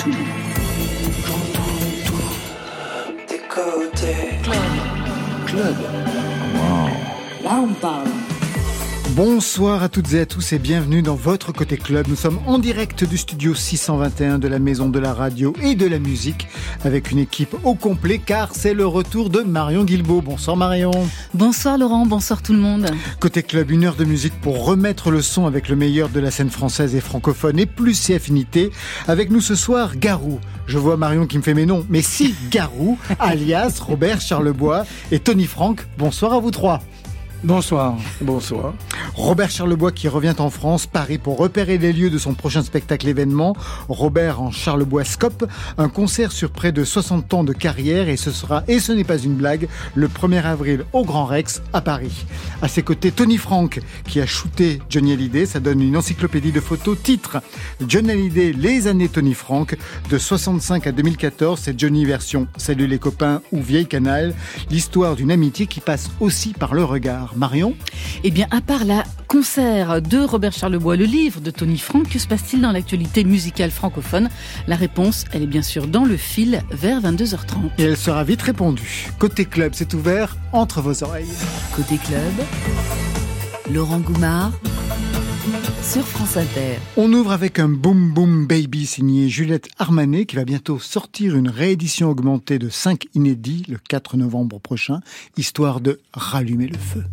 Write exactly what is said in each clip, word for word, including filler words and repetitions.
tout. J'entends tout. Des côtés. Club. Club. Wow. Là, on parle. Bonsoir à toutes et à tous et bienvenue dans votre Côté Club. Nous sommes en direct du studio six cent vingt et un de la Maison de la Radio et de la Musique avec une équipe au complet car c'est le retour de Marion Guilbault. Bonsoir Marion. Bonsoir Laurent, bonsoir tout le monde. Côté Club, une heure de musique pour remettre le son avec le meilleur de la scène française et francophone et plus ses affinités. Avec nous ce soir, Garou. Je vois Marion qui me fait mais non, mais si, Garou, alias Robert Charlebois et Tony Franck. Bonsoir à vous trois. Bonsoir. Bonsoir. Robert Charlebois qui revient en France, Paris pour repérer les lieux de son prochain spectacle événement. Robert en Charlebois Scope, un concert sur près de soixante ans de carrière et ce sera, et ce n'est pas une blague, le premier avril au Grand Rex à Paris. À ses côtés, Tony Franck qui a shooté Johnny Hallyday, ça donne une encyclopédie de photos. Titre Johnny Hallyday, les années Tony Franck, de soixante-cinq à deux mille quatorze, c'est Johnny version Salut les copains ou Vieille Canaille, l'histoire d'une amitié qui passe aussi par le regard. Marion ? Eh bien, à part la concert de Robert Charlebois, le livre de Tony Franck, que se passe-t-il dans l'actualité musicale francophone ? La réponse, elle est bien sûr dans le fil vers vingt-deux heures trente. Et elle sera vite répondue. Côté Club, c'est ouvert entre vos oreilles. Côté Club, Laurent Goumard sur France Inter. On ouvre avec un Boom Boom Baby signé Juliette Armanet qui va bientôt sortir une réédition augmentée de cinq inédits le quatre novembre prochain, histoire de rallumer le feu.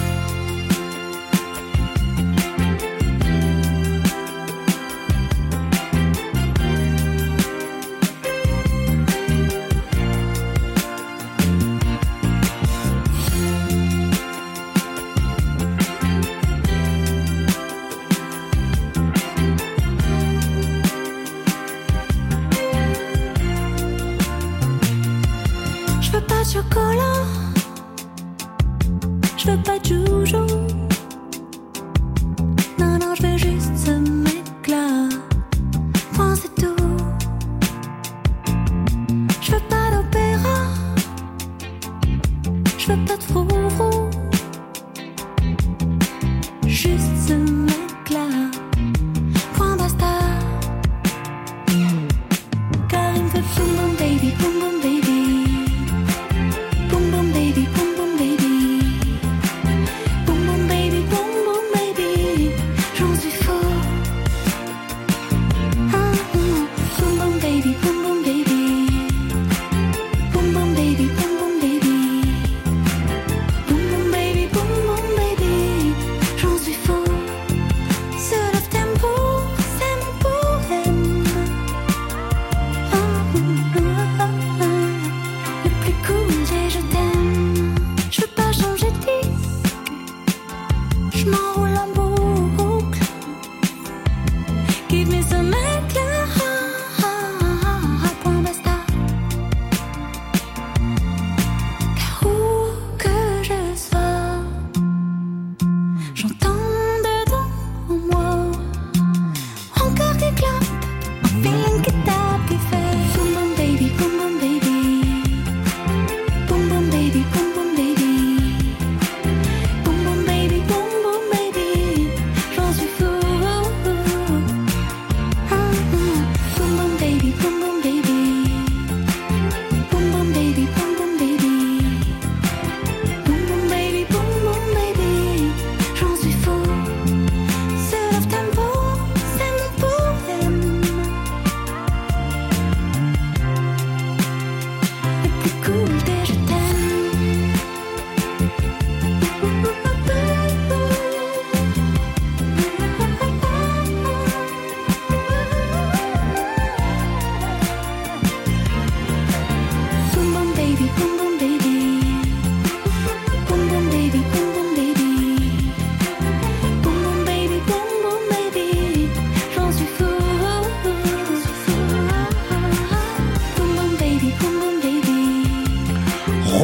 Chocolat, je veux pas de joujou. Non, non, je veux juste ce mec-là. Point, c'est tout. Je veux pas d'opéra. Je veux pas de froufrou. Juste ce mec-là. Point, basta. Car il me fait boum boum baby, boum boum baby.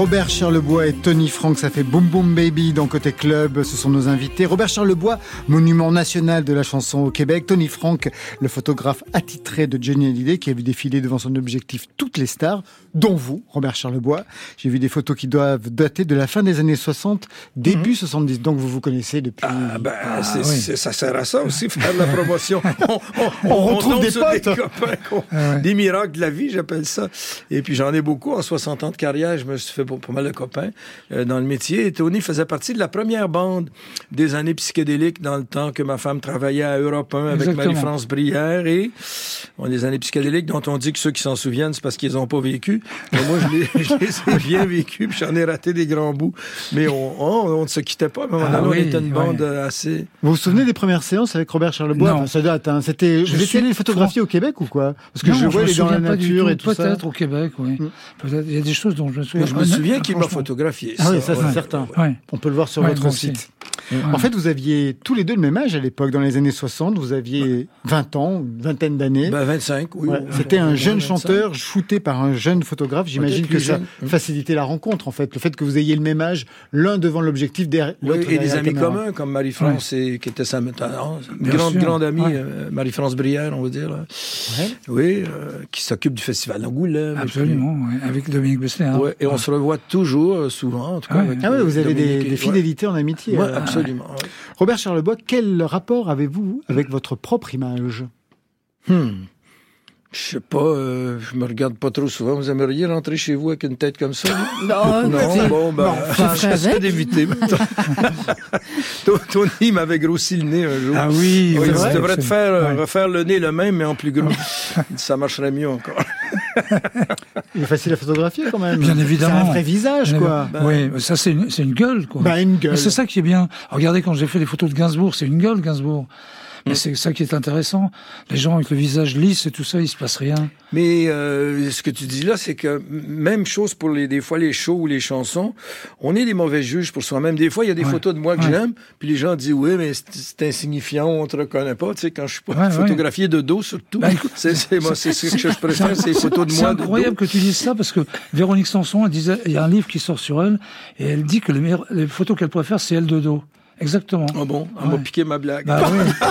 Robert Charlebois et Tony Frank, ça fait Boom Boom Baby dans Côté Club, ce sont nos invités. Robert Charlebois, monument national de la chanson au Québec. Tony Frank, le photographe attitré de Johnny Hallyday, qui a vu défiler devant son objectif toutes les stars, dont vous, Robert Charlebois. J'ai vu des photos qui doivent dater de la fin des années soixante, début mmh. soixante-dix, donc vous vous connaissez depuis... Ah ben, ah, c'est, oui. c'est, ça sert à ça aussi, faire de la promotion. On, on, on, on retrouve des potes. Des copains, on, ah ouais. des miracles de la vie, j'appelle ça. Et puis j'en ai beaucoup, en soixante ans de carrière, je me suis fait pas, pas mal de copains euh, dans le métier. Et Tony faisait partie de la première bande des années psychédéliques dans le temps que ma femme travaillait à Europe un avec Exactement. Marie-France Brière. Et bon, les années psychédéliques dont on dit que ceux qui s'en souviennent, c'est parce qu'ils n'ont pas vécu. Mais moi, je les, je les ai bien vécus, puis j'en ai raté des grands bouts. Mais on, on, on ne se quittait pas. À un moment donné, ah, oui, on était une bande oui. assez... Vous vous souvenez des premières séances avec Robert Charlebois? Enfin, ça date, hein. C'était... Je vous étiez allé photographier au Québec ou quoi? Parce que non, je vois les dans la nature et tout ça. Peut-être au Québec, oui. Mm. Peut-être. Il y a des choses dont je me souviens. Moi, je me souviens qu'il m'a photographié. Ah ça. oui, ça c'est ouais. certain. Ouais. On peut le voir sur ouais, votre site. Ouais. En fait, vous aviez tous les deux le même âge à l'époque, dans les années soixante. Vous aviez vingt ans, une vingtaine d'années. Ben, vingt-cinq, oui. Ouais. C'était un jeune chanteur shooté par un jeune photographe. J'imagine que ça facilitait la rencontre, en fait. Le fait que vous ayez le même âge, l'un devant l'objectif, derrière l'autre. Oui, et des amis communs, comme Marie-France, ouais. qui était sa grande, grande amie, ouais. euh, Marie-France Brière, on va dire. Là. Ouais. Oui, euh, qui s'occupe du festival d'Angoulême. Absolument, ouais. Avec Dominique Besnéard. Ouais. Et on ouais. se revoit toujours, euh, souvent, en tout cas. Ah, avec, ah oui, vous avez des, des fidélités ouais. en amitié. Oui, euh, absolument. Ouais. Robert Charlebois, quel rapport avez-vous avec votre propre image? Hmm. Je sais pas, euh, je me regarde pas trop souvent. Vous aimeriez rentrer chez vous avec une tête comme ça? Non, non, bon, ben, j'essaie d'éviter. Tony m'avait grossi le nez un jour. Ah oui, oui. Tu devrais te faire ouais. refaire le nez le même, mais en plus gros. Ça marcherait mieux encore. Il est facile à photographier quand même. Bien évidemment. C'est un vrai visage, quoi. Ben, oui, ça c'est une, c'est une gueule, quoi. Ben, une gueule. Mais c'est ça qui est bien. Regardez quand j'ai fait les photos de Gainsbourg, c'est une gueule, Gainsbourg. Mais c'est ça qui est intéressant. Les gens avec le visage lisse et tout ça, il se passe rien. Mais euh, ce que tu dis là, c'est que même chose pour les des fois les shows ou les chansons, on est des mauvais juges pour soi-même. Des fois, il y a des ouais. photos de moi que ouais. j'aime, puis les gens disent oui, mais c'est, c'est insignifiant, on te reconnaît pas. Tu sais, quand je suis pas ouais, photographié ouais. de dos surtout, ben, écoute, c'est, c'est, moi, c'est ce que je préfère, c'est, c'est les photos de c'est moi. C'est incroyable de dos. Que tu dises ça parce que Véronique Sanson, elle disait, il y a un livre qui sort sur elle et elle dit que les, meilleures, les photos qu'elle préfère, c'est elle de dos. Exactement. Ah bon, on ouais. m'a piqué ma blague. Bah,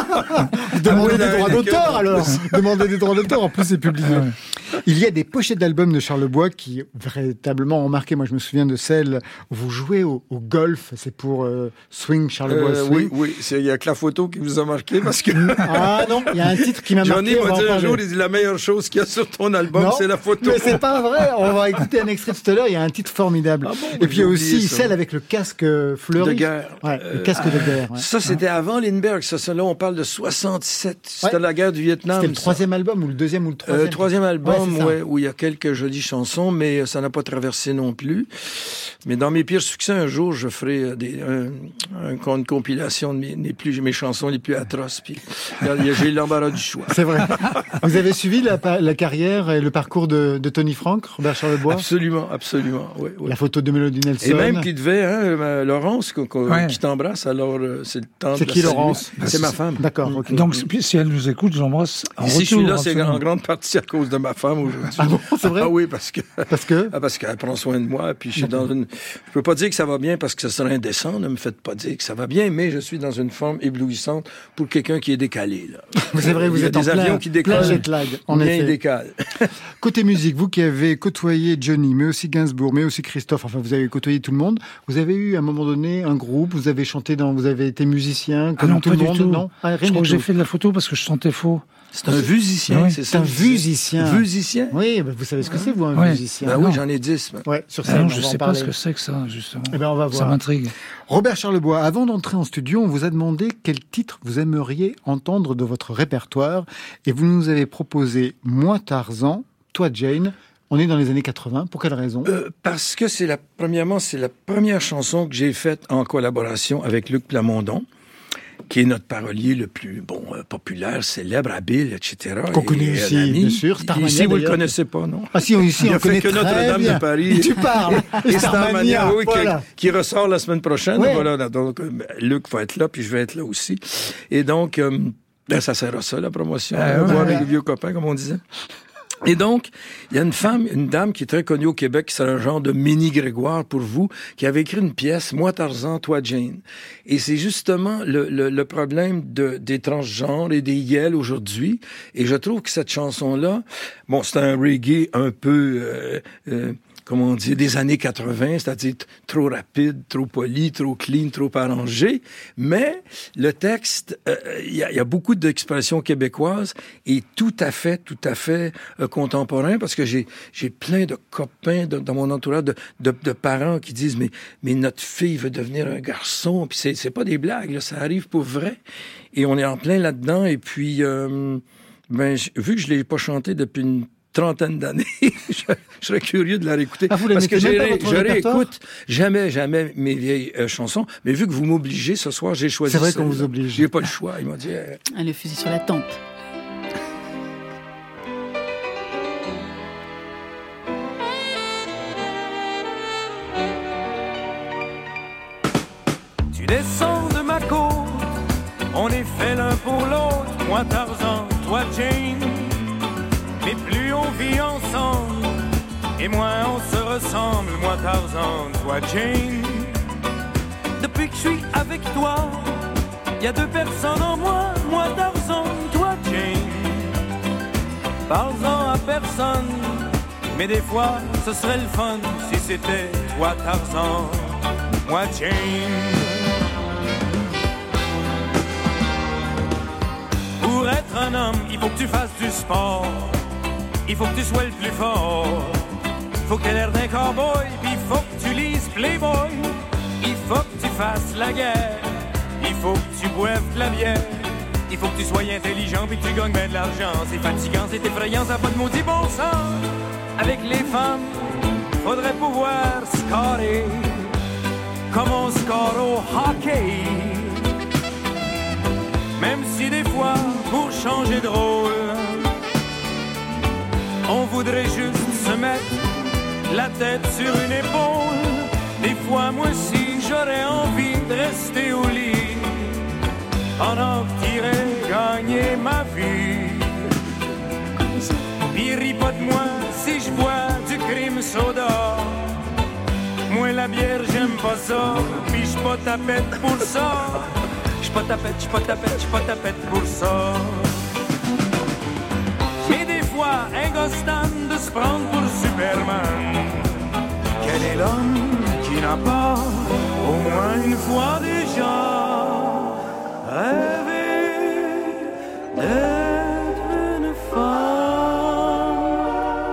oui. Demandez des droits d'auteur alors. Demandez des droits d'auteur. En plus, c'est publié. Ouais. Il y a des pochettes d'albums de Charlebois qui véritablement ont marqué. Moi, je me souviens de celle où vous jouez au, au golf. C'est pour euh, Swing Charlebois. Euh, Swing. Oui, oui. C'est, il y a que la photo qui vous a marqué parce que. Ah non, il y a un titre qui m'a marqué. Johnny m'a dit un jour, il dit la meilleure chose qu'il y a sur ton album, non, c'est la photo. Mais c'est pas vrai. On va écouter un extrait tout à l'heure. Il y a un titre formidable. Ah bon, et puis il y a aussi ça. Celle avec le casque fleuri. De guerre. Ouais, le casque euh, de guerre. Ouais. Ça, c'était avant Lindbergh. Ça, ça, là, on parle de soixante-sept. C'était ouais. la guerre du Vietnam. C'était le troisième ça. album ou le deuxième ou le troisième? Euh, troisième album, ouais, ouais, où il y a quelques jolies chansons, mais ça n'a pas traversé non plus. Mais dans mes pires succès, un jour, je ferai des, un, un, une compilation de mes, mes, plus, mes chansons les plus atroces. Puis, j'ai l'embarras du choix. C'est vrai. Vous avez suivi la, la carrière et le parcours de, de Tony Frank, Robert Charlebois? Absolument, absolument. Ouais, ouais. La photo de Melody Nelson. Et même qui devait, hein, Laurence, qu- qu- ouais. qui t'embrasse, alors c'est le temps c'est de qui, la Laurence? C'est, c'est ma femme. D'accord. Okay. Donc, si elle nous écoute, j'embrasse. En si retour, je suis là, c'est en grande partie à cause de ma femme aujourd'hui. Ah bon, c'est vrai? Ah oui, parce que. Parce que? Ah, parce qu'elle prend soin de moi, puis je suis dans une. Je peux pas dire que ça va bien parce que ça serait indécent. Ne me faites pas dire que ça va bien, mais je suis dans une forme éblouissante pour quelqu'un qui est décalé, là. C'est vrai, vous Il y a êtes des en avions plein, qui décollent. plein jet lag. En bien, effet. ils décalent. Côté musique, vous qui avez côtoyé Johnny, mais aussi Gainsbourg, mais aussi Christophe, enfin, vous avez côtoyé tout le monde. Vous avez eu, à un moment donné, un groupe, vous avez chanté dans, vous avez été musicien, comme ah non, tout pas le du monde, tout. non? Ah, rien je du crois que tout. j'ai fait de la photo parce que je sentais faux. C'est un musicien, oui. c'est ça? C'est un musicien. Musicien? Oui, bah vous savez ce que c'est, vous, un ouais. musicien? Ben oui, j'en ai dix. Ben. Ouais, sur ah scène, non, on je va sais en pas parler. ce que c'est que ça, justement. Eh ben, on va voir. Ça m'intrigue. Robert Charlebois, avant d'entrer en studio, on vous a demandé quel titre vous aimeriez entendre de votre répertoire, et vous nous avez proposé Moi Tarzan, Toi Jane. On est dans les années quatre-vingts. Pour quelle raison? euh, Parce que c'est la premièrement, c'est la première chanson que j'ai faite en collaboration avec Luc Plamondon, qui est notre parolier le plus bon euh, populaire, célèbre, habile, et cetera. Qu'on connaît et, aussi, ami. bien sûr. Starmania, ici, vous d'ailleurs. le connaissez pas, non? Ah si, ici, il on a connaît fait que très Notre-Dame bien. de Paris. Tu parles. Et Starmania, oui, voilà. qui, qui ressort la semaine prochaine. Ouais. Voilà, donc Luc va être là, puis je vais être là aussi. Et donc, euh, ben, ça sert à ça, la promotion. Euh, on va ouais, voir ouais. les vieux copains, comme on disait. Et donc, il y a une femme, une dame qui est très connue au Québec, qui serait un genre de mini Grégoire pour vous, qui avait écrit une pièce, Moi Tarzan, toi Jane. Et c'est justement le, le, le problème de, des transgenres et des yels aujourd'hui. Et je trouve que cette chanson-là, bon, c'est un reggae un peu... Euh, euh, comment on dit, des années quatre-vingts, c'est-à-dire t- trop rapide, trop poli, trop clean, trop arrangé. Mais le texte, il euh, y, y a beaucoup d'expressions québécoises et tout à fait, tout à fait euh, contemporain, parce que j'ai j'ai plein de copains de, dans mon entourage, de, de, de parents qui disent, mais, mais notre fille veut devenir un garçon, puis c'est, c'est pas des blagues, là, ça arrive pour vrai. Et on est en plein là-dedans, et puis, euh, ben, j- vu que je l'ai pas chanté depuis une trentaine d'années, je, je serais curieux de la réécouter. Ah, vous la parce que mettez même je, pas ré, dans votre je répertoire? réécoute jamais, jamais mes vieilles euh, chansons. Mais vu que vous m'obligez ce soir, j'ai choisi C'est vrai celle-là. qu'on vous oblige. J'ai pas le choix. Il m'a dit... Euh... Ah, le fusil sur la tempe. Tu descends de ma côte, on est fait l'un pour l'autre, moi Tarzan, toi Jane. Mais plus on vit ensemble, et moins on se ressemble, moi Tarzan, toi Jane. Depuis que je suis avec toi, y a deux personnes en moi, moi Tarzan, toi Jane. Parle-en à personne, mais des fois ce serait le fun si c'était toi Tarzan, moi Jane. Pour être un homme, il faut que tu fasses du sport. Il faut que tu sois le plus fort. Faut que t'aies l'air d'un cowboy. Puis il faut que tu lises Playboy. Il faut que tu fasses la guerre. Il faut que tu boives de la bière. Il faut que tu sois intelligent puis que tu gagnes bien de l'argent. C'est fatigant, c'est effrayant, ça n'a pas de maudit bon sens. Avec les femmes, faudrait pouvoir scorer comme on score au hockey. Même si des fois, pour changer de rôle, on voudrait juste se mettre la tête sur une épaule. Des fois, moi aussi, j'aurais envie de rester au lit pendant que t'irais gagner ma vie. Pis ris pas de moi si je bois du crime soda. Moi, la bière, j'aime pas ça. Pis j'suis pas tapette pour ça. J'suis pas tapette, j'suis pas tapette, j'suis pas tapette pour ça. Mais des fois, un gosse tente de se prendre pour Superman. Quel est l'homme qui n'a pas, au moins une fois déjà, rêvé d'être une femme?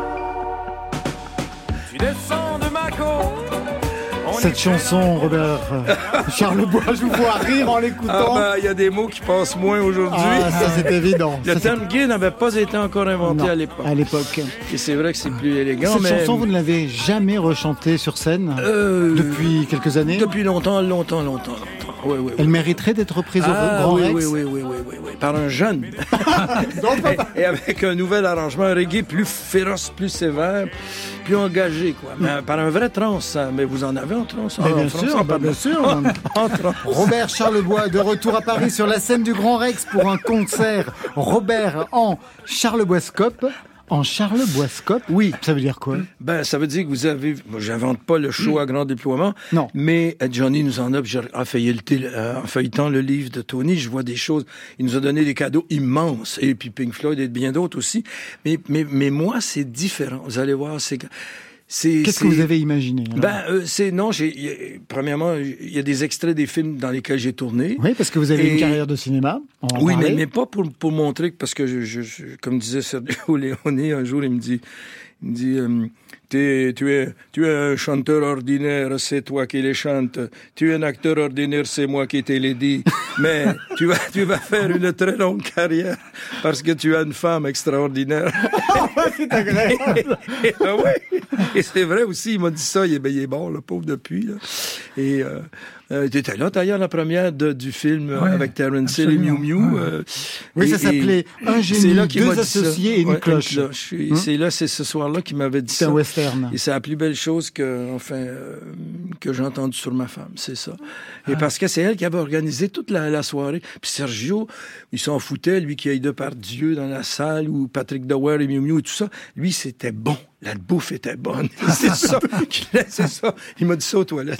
Tu descends de ma côte. Cette chanson, Robert Charlebois, je vous vois rire en l'écoutant. Ah ben, il y a des mots qui passent moins aujourd'hui. Ah, ça c'est évident. Le Ça, terme gay n'avait pas été encore inventé Non, à l'époque. à l'époque. Et c'est vrai que c'est plus élégant, Cette mais... chanson, vous ne l'avez jamais rechantée sur scène Euh, depuis quelques années? Depuis longtemps, longtemps, longtemps, longtemps. Oui, oui, oui. Elle mériterait d'être reprise Ah, au Grand oui, Rex? oui, oui, oui, oui, oui, oui, par un jeune. et, et avec un nouvel arrangement, un reggae plus féroce, plus sévère, plus engagé, quoi. Mais par un vrai trans, ça. Mais vous en avez en trans? Mais en bien trans, sûr, en bah, pardon. bien sûr. En trans. Robert Charlebois, de retour à Paris sur la scène du Grand Rex pour un concert. Robert en Charleboiscope. En Charleboiscope? Oui. Ça veut dire quoi? Ben, ça veut dire que vous avez... Moi, j'invente pas le show à grand déploiement. Non. Mais euh, Johnny nous en a, j'ai en feuilleté, euh, en feuilletant le livre de Tony, je vois des choses. Il nous a donné des cadeaux immenses. Et puis Pink Floyd et bien d'autres aussi. Mais, mais, mais moi, c'est différent. Vous allez voir, c'est... C'est, Qu'est-ce c'est... que vous avez imaginé? Alors? Ben, euh, c'est... Non, j'ai... y a- premièrement, il y a des extraits des films dans lesquels j'ai tourné. Oui, parce que vous avez Et- une carrière de cinéma. On va en Oui, mais, parler. mais pas pour, pour montrer, que- parce que, je, je, je- comme disait Sergio Leone, un jour, il me dit, il me dit euh, T'es, tu, es, tu es un chanteur ordinaire, c'est toi qui les chantes. Tu es un acteur ordinaire, c'est moi qui te l'ai dit. Mais tu vas, tu vas faire une très longue carrière parce que tu as une femme extraordinaire. C'est agréable. et, et, ah ouais. Et c'est vrai aussi, il m'a dit ça, il est, ben, il est mort, le pauvre, depuis. Là. Et... Euh, Euh, tu étais là, d'ailleurs, la première de, du film ouais, avec Terence Hill et Miu Miu. Ouais. Euh, oui, et, ça s'appelait Un génie, deux associés et une ouais, cloche. Une cloche. Hum? C'est là, c'est ce soir-là qu'il m'avait dit c'est ça. C'est un western. Et c'est la plus belle chose que, enfin, euh, que j'ai entendue sur ma femme, c'est ça. Et ah. parce que c'est elle qui avait organisé toute la, la soirée. Puis Sergio, il s'en foutait, lui qui aille de par Dieu dans la salle, ou Patrick Dower et Miu Miu et tout ça. Lui, c'était bon. La bouffe était bonne. C'est ça. C'est ça. Il m'a dit ça aux toilettes.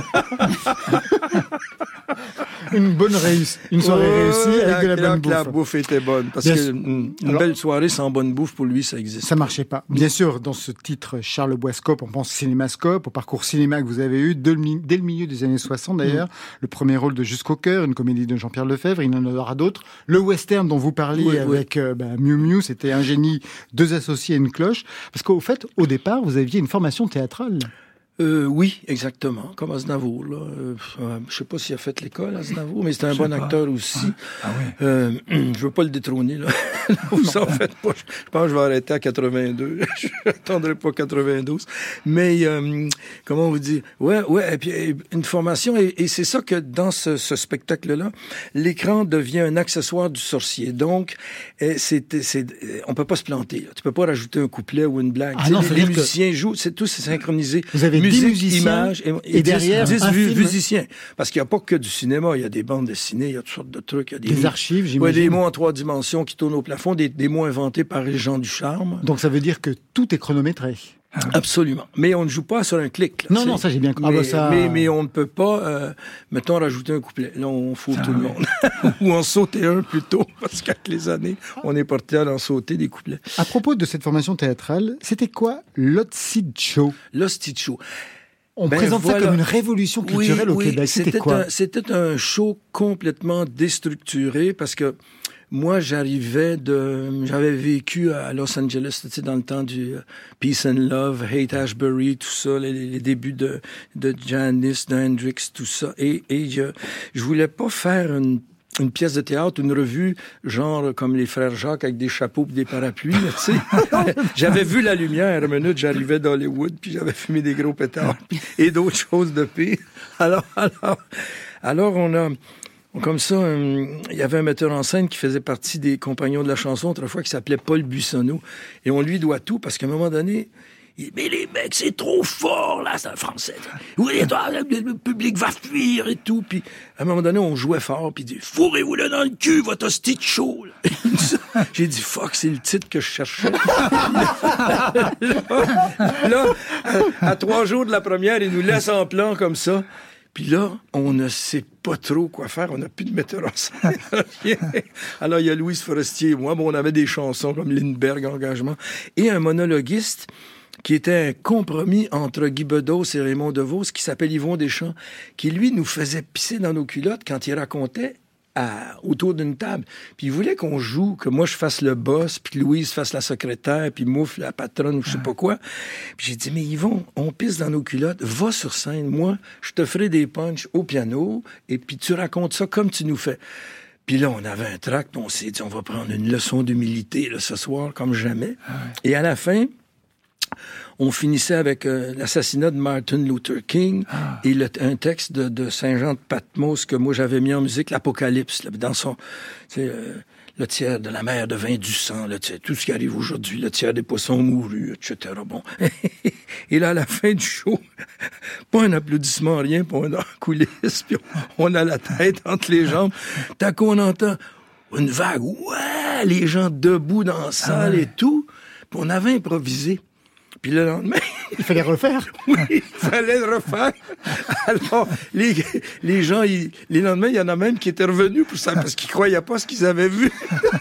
Une bonne réussite. Une soirée oh, réussie avec la, de la bonne bouffe. La bouffe était bonne. Parce bien que sûr. une Alors, belle soirée sans bonne bouffe, pour lui, ça existe. Ça marchait pas. Bien sûr, dans ce titre Charles Boiscope, on pense Cinémascope, au parcours cinéma que vous avez eu dès le milieu des années soixante d'ailleurs. Mm. Le premier rôle de Jusqu'au cœur, une comédie de Jean-Pierre Lefebvre, il en aura d'autres. Le western dont vous parliez oui, avec oui. Euh, bah, Miu Miu, c'était Un génie, deux associés et une cloche. Parce qu'au fait, au départ, vous aviez une formation théâtrale. Euh, oui, exactement, comme Aznavour. Là. Euh, euh, je sais pas s'il a fait l'école, Aznavour, mais c'était un bon pas. acteur aussi. Ah, ah ouais. euh, je veux pas le détrôner. Là. Ça, en fait, pas. Je pense que je vais arrêter à quatre-vingt-deux. Je n'attendrai pas quatre-vingt-douze. Mais, euh, comment vous dire? Ouais, ouais, et puis une formation, et, et c'est ça que dans ce, ce spectacle-là, l'écran devient un accessoire du sorcier. Donc, c'est, c'est, on peut pas se planter. Là. Tu peux pas rajouter un couplet ou une blague. Ah non, les, les musiciens que... jouent, c'est tout, c'est synchronisé. Vous avez musique, musiciens, images, et, et, et derrière dix, dix un film... musiciens. Parce qu'il n'y a pas que du cinéma, il y a des bandes dessinées, il y a toutes sortes de trucs. Il y a des, des archives, j'imagine. Ouais, des mots en trois dimensions qui tournent au plafond, des, des mots inventés par les gens du charme. Donc ça veut dire que tout est chronométré. Absolument. Mais on ne joue pas sur un clic. Là, non, non, ça j'ai bien compris. Mais, ah bah ça... mais, mais on ne peut pas, euh, mettons, rajouter un couplet. Là, on fout ah, tout ouais. le monde. Ou en sauter un plutôt, parce qu'avec les années, on est porté à en sauter des couplets. À propos de cette formation théâtrale, c'était quoi l'Hostid Show? L'Hostid Show. On ben présente voilà. ça comme une révolution culturelle oui, au oui, Québec. C'était, c'était quoi? Un, c'était un show complètement déstructuré parce que moi, j'arrivais de... J'avais vécu à Los Angeles, tu sais, dans le temps du Peace and Love, Haight Ashbury, tout ça, les, les débuts de, de Janis, de Hendrix, tout ça. Et, et je, je voulais pas faire une une pièce de théâtre, une revue, genre comme les frères Jacques avec des chapeaux et des parapluies, tu sais. J'avais vu la lumière, une minute, j'arrivais d'Hollywood, puis j'avais fumé des gros pétards, et d'autres choses de pire. Alors, alors, alors on a... Comme ça, euh, il y avait un metteur en scène qui faisait partie des compagnons de la chanson autrefois qui s'appelait Paul Buissonneau. Et on lui doit tout parce qu'à un moment donné, il dit « Mais les mecs, c'est trop fort, là, c'est un français. Oui, le public va fuir et tout. » Puis à un moment donné, on jouait fort, puis il dit « Fourrez-vous-le dans le cul, votre hostie de show. » J'ai dit « Fuck, c'est le titre que je cherchais. » là, là à, à trois jours de la première, il nous laisse en plan comme ça. Puis là, on ne sait pas trop quoi faire. On n'a plus de metteur en scène. Alors, il y a Louise Forestier et moi. Bon, on avait des chansons comme Lindbergh, Engagement. Et un monologuiste qui était un compromis entre Guy Bedos et Raymond DeVos, qui s'appelle Yvon Deschamps, qui, lui, nous faisait pisser dans nos culottes quand il racontait à, autour d'une table. Puis il voulait qu'on joue, que moi je fasse le boss, puis Louise fasse la secrétaire, puis Mouffe la patronne ou je sais pas quoi. Puis j'ai dit, mais Yvon, on pisse dans nos culottes, va sur scène, moi, je te ferai des punchs au piano, et puis tu racontes ça comme tu nous fais. Puis là, on avait un tract, on s'est dit, on va prendre une leçon d'humilité là, ce soir, comme jamais. Ah ouais. Et à la fin, on finissait avec euh, l'assassinat de Martin Luther King ah. et le, un texte de, de Saint-Jean de Patmos que moi j'avais mis en musique, l'Apocalypse, là, dans son, tu sais, euh, le tiers de la mer devint du sang, là, tu sais, tout ce qui arrive aujourd'hui, le tiers des poissons mourus, et cetera. Bon. Et là, à la fin du show, pas un applaudissement, rien, pas un en coulisses, puis on, on a la tête entre les jambes. T'as qu'on entend une vague, ouais, les gens debout dans la salle ah ouais. et tout, puis on avait improvisé. Puis le lendemain... Il fallait refaire. Oui, il fallait le refaire. Alors, les, les gens, ils, les lendemains, il y en a même qui étaient revenus pour ça, parce qu'ils croyaient pas ce qu'ils avaient vu.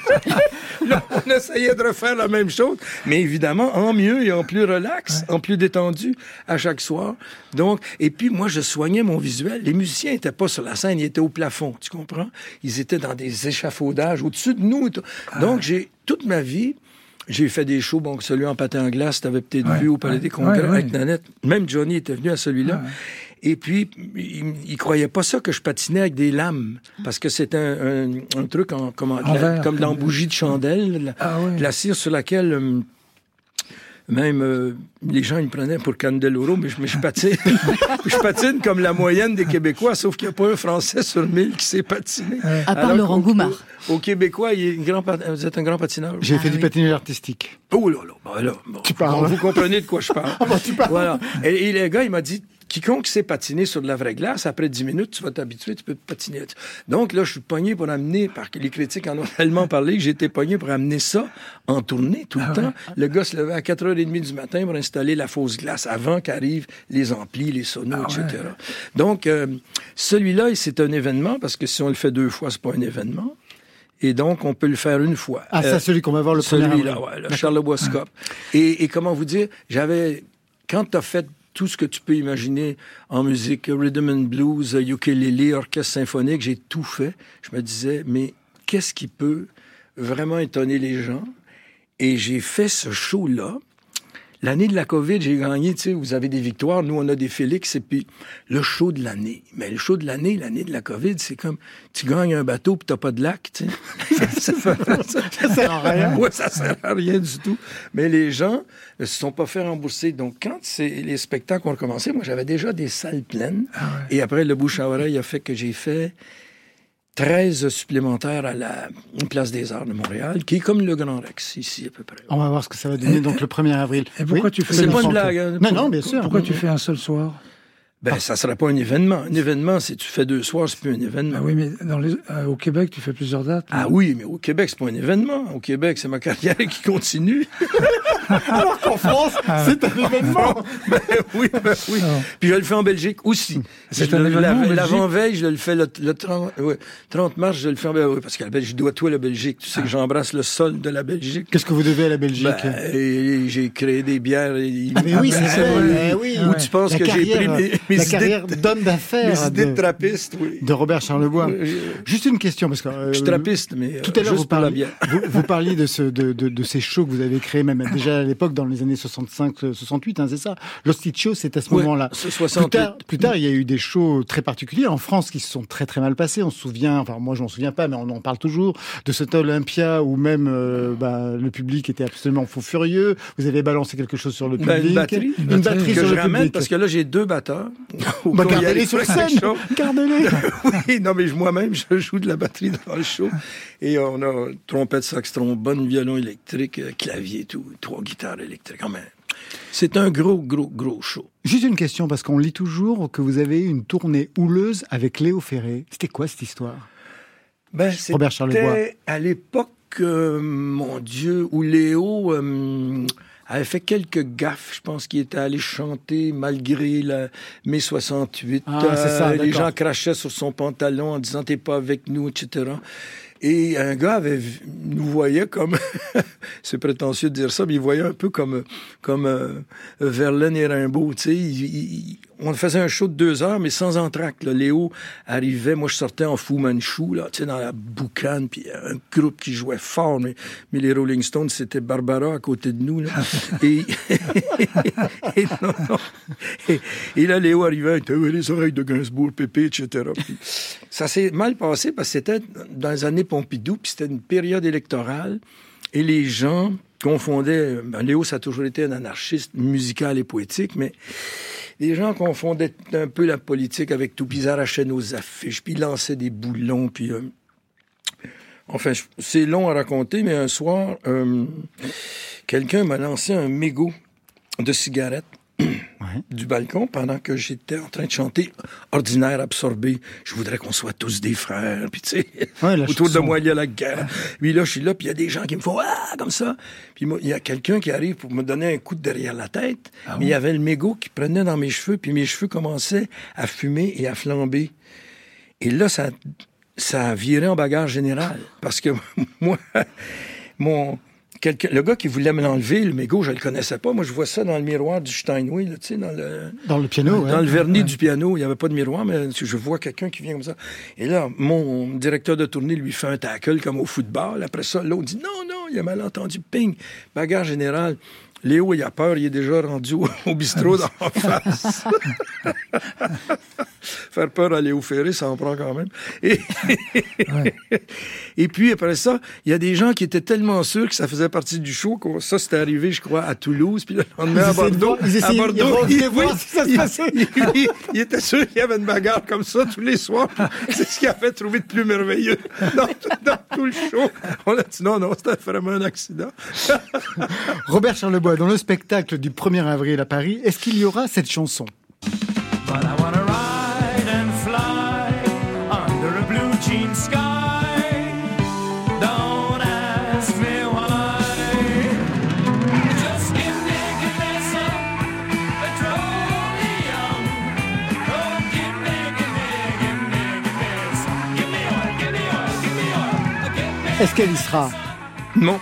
Là, on essayait de refaire la même chose, mais évidemment, en mieux et en plus relax, ouais. en plus détendu à chaque soir. Donc, et puis moi, je soignais mon visuel. Les musiciens étaient pas sur la scène, ils étaient au plafond, tu comprends? Ils étaient dans des échafaudages au-dessus de nous. Donc, ah. j'ai, toute ma vie... J'ai fait des shows, bon, celui en patin en glace, t'avais peut-être ouais, vu au Palais ouais, des Congrès ouais, avec ouais. Nanette. Même Johnny était venu à celui-là. Ouais, ouais. Et puis, il, il croyait pas ça que je patinais avec des lames. Parce que c'était un, un, un truc en, comme, en, en la, comme dans bougie de chandelle, la, ah, ouais. la cire sur laquelle... Euh, Même euh, les gens ils me prenaient pour Candeloro, mais je, mais je patine. je patine comme la moyenne des Québécois, sauf qu'il n'y a pas un Français sur mille qui sait patiner. À part Laurent Goumard. Au, au Québécois, il est une grand, vous êtes un grand patineur. J'ai Ah fait oui. du patinage artistique. Oh là là, ben là bon, Tu parles. Vous comprenez de quoi je parle. Ah bon, tu parles. Voilà. Et, et le gars, il m'a dit, quiconque sait patiner sur de la vraie glace, après dix minutes, tu vas t'habituer, tu peux patiner. Donc là, je suis pogné pour amener, parce que les critiques en ont tellement parlé, que j'ai été pogné pour amener ça en tournée tout le Ah temps. ouais. Le gars se levait à quatre heures trente du matin pour installer la fausse glace avant qu'arrivent les amplis, les sonos, Ah et cetera. ouais. Donc, euh, celui-là, c'est un événement, parce que si on le fait deux fois, c'est pas un événement. Et donc, on peut le faire une fois. Ah, Euh, ça, celui qu'on va voir le premier Celui-là, avril. ouais, le Charlebois Scope. Et, et comment vous dire, j'avais, quand tu as fait tout ce que tu peux imaginer en musique, rhythm and blues, ukulélé, orchestre symphonique, j'ai tout fait. Je me disais, mais qu'est-ce qui peut vraiment étonner les gens? Et j'ai fait ce show-là. L'année de la COVID, j'ai gagné, tu sais, vous avez des victoires, nous, on a des Félix, et puis le show de l'année. Mais le show de l'année, l'année de la COVID, c'est comme, tu gagnes un bateau puis t'as pas de lac, tu sais. ça, fait, ça, ça sert à rien. Ouais, ça sert à rien du tout. Mais les gens ne se sont pas fait rembourser. Donc, quand c'est, les spectacles ont recommencé, moi, j'avais déjà des salles pleines. Ah ouais. Et après, le bouche à oreille a fait que j'ai fait treize supplémentaires à la Place des Arts de Montréal, qui est comme le Grand Rex, ici, à peu près. On va voir ce que ça va donner donc le premier avril. Et pourquoi Oui tu fais C'est le pas une centre- blague. Hein. Non, non, bien sûr. Pourquoi tu fais un seul soir? Ben, ça serait pas un événement. Un événement, si tu fais deux soirs, c'est plus un événement. Ah oui, mais dans les, euh, au Québec, tu fais plusieurs dates. Ah oui, mais au Québec, c'est pas un événement. Au Québec, c'est ma carrière qui continue. Alors qu'en France, c'est un événement. ben oui, ben oui. Ah. Puis je le fais en Belgique aussi. C'est Je un le- événement la- en Belgique? L'avant-veille, je le fais le, le trente, ouais, trente mars, je le fais en Belgique. Oui, parce que la Belgique, je dois tout à la Belgique. Tu sais que j'embrasse le sol de la Belgique. Qu'est-ce que vous devez à la Belgique? Ben, et j'ai créé des bières. Et, Ah, mais oui, c'est c'est vrai. vrai. Eh oui. Où tu penses La que j'ai pris carrière, mes, mes la idées, carrière de- d'homme d'affaires mes idées de de, trappiste, oui. de Robert Charlebois. Oui, je- Juste une question, parce que euh, Je suis trappiste, mais tout euh, à l'heure juste vous pour la parliez, bière. vous, vous parliez de, ce, de, de, de ces shows que vous avez créés, même déjà à l'époque dans les années soixante-cinq soixante-huit, hein, c'est ça. L'Hostie Show, c'est à ce Oui, moment-là. c'est Plus soixante-huit. tard, plus tard, il y a eu des shows très particuliers en France qui se sont très très mal passés. On se souvient, enfin moi je m'en souviens pas, mais on en parle toujours, de cet Olympia où même euh, bah, le public était absolument fou furieux. Vous avez balancé quelque chose sur le public. Ben, une batterie. Une Une batterie batterie que sur je le ramène public. parce que là, j'ai deux batteurs. Au Bah, cas où il y a gardez-les des sur trucs scène. chauds. Gardez-les. Oui, non, mais je- moi-même, je joue de la batterie dans le show. Et on a trompette, sax, trombone, violon électrique, euh, clavier, tout, trois guitares électriques. Ah, mais c'est un gros, gros, gros show. Juste une question, parce qu'on lit toujours que vous avez eu une tournée houleuse avec Léo Ferré. C'était quoi cette histoire? Ben, Robert Charlebois. c'était à l'époque, euh, mon Dieu, où Léo euh, avait fait quelques gaffes. Je pense qu'il était allé chanter malgré la mai soixante-huit. Ah, c'est ça, les d'accord. gens crachaient sur son pantalon en disant « t'es pas avec nous », et cetera. Et un gars avait vu- nous voyait comme, c'est prétentieux de dire ça, mais il voyait un peu comme comme euh, Verlaine et Rimbaud, tu sais. Il- il- on faisait un show de deux heures, mais sans entracte. Là. Léo arrivait, moi je sortais en Fu Manchu, là, tu sais, dans la boucane, puis un groupe qui jouait fort, mais, mais les Rolling Stones, c'était Barbara à côté de nous. Là. et, et, non, non. Et, et là, Léo arrivait avec les oreilles de Gainsbourg, Pépé, et cetera. Puis, ça s'est mal passé parce que c'était dans les années Pompidou, puis c'était une période électorale, et les gens confondaient... Ben, Léo, ça a toujours été un anarchiste musical et poétique, mais les gens confondaient un peu la politique avec tout, puis ils arrachaient nos affiches, puis ils lançaient des boulons, puis... Euh, enfin, je- c'est long à raconter, mais un soir, euh, quelqu'un m'a lancé un mégot de cigarette Ouais. du balcon pendant que j'étais en train de chanter Ordinaire absorbé. Je voudrais qu'on soit tous des frères. Puis tu sais, Ouais, la autour de chanson. moi, il y a la guerre. Puis là, je suis là, puis il y a des gens qui me font « Ah! » comme ça. Puis moi, il y a quelqu'un qui arrive pour me donner un coup de derrière la tête. Ah mais il y avait le mégot qui prenait dans mes cheveux, puis mes cheveux commençaient à fumer et à flamber. Et là, ça, ça a viré en bagarre générale. Parce que moi, mon... quelqu'un- le gars qui voulait me l'enlever, le mégot, je le connaissais pas. Moi, je vois ça dans le miroir du Steinway, là, tu sais, dans le... Dans le piano, ouais. Dans le vernis du piano, il n'y avait pas de miroir, mais je vois quelqu'un qui vient comme ça. Et là, mon directeur de tournée lui fait un tackle comme au football. Après ça, l'autre dit « Non, non, il a mal entendu. Ping! » Bagarre générale. Léo, il a peur, il est déjà rendu au, au bistrot d'en face. Faire peur à Léo Ferré, ça en prend quand même. Et, ouais. Et puis, après ça, il y a des gens qui étaient tellement sûrs que ça faisait partie du show, que ça, c'était arrivé, je crois, à Toulouse, puis le lendemain, à Bordeaux. Ils essayaient, à Bordeaux, ils il, voir si ça se passait. Il, il, il était sûr qu'il y avait une bagarre comme ça tous les soirs. C'est ce qu'il a fait trouver de plus merveilleux dans, dans tout le show. On a dit non, non, c'était vraiment un accident. Robert Charlebois, dans le spectacle du premier avril à Paris, est-ce qu'il y aura cette chanson? But I wanna ride and fly under a blue jean sky. Don't ask me why. Just give me, give me some petroleum. Oh, give me, give me, give me, give me some. Give me oil, give me oil, give me oil. Give me Est-ce qu'elle y sera? Non.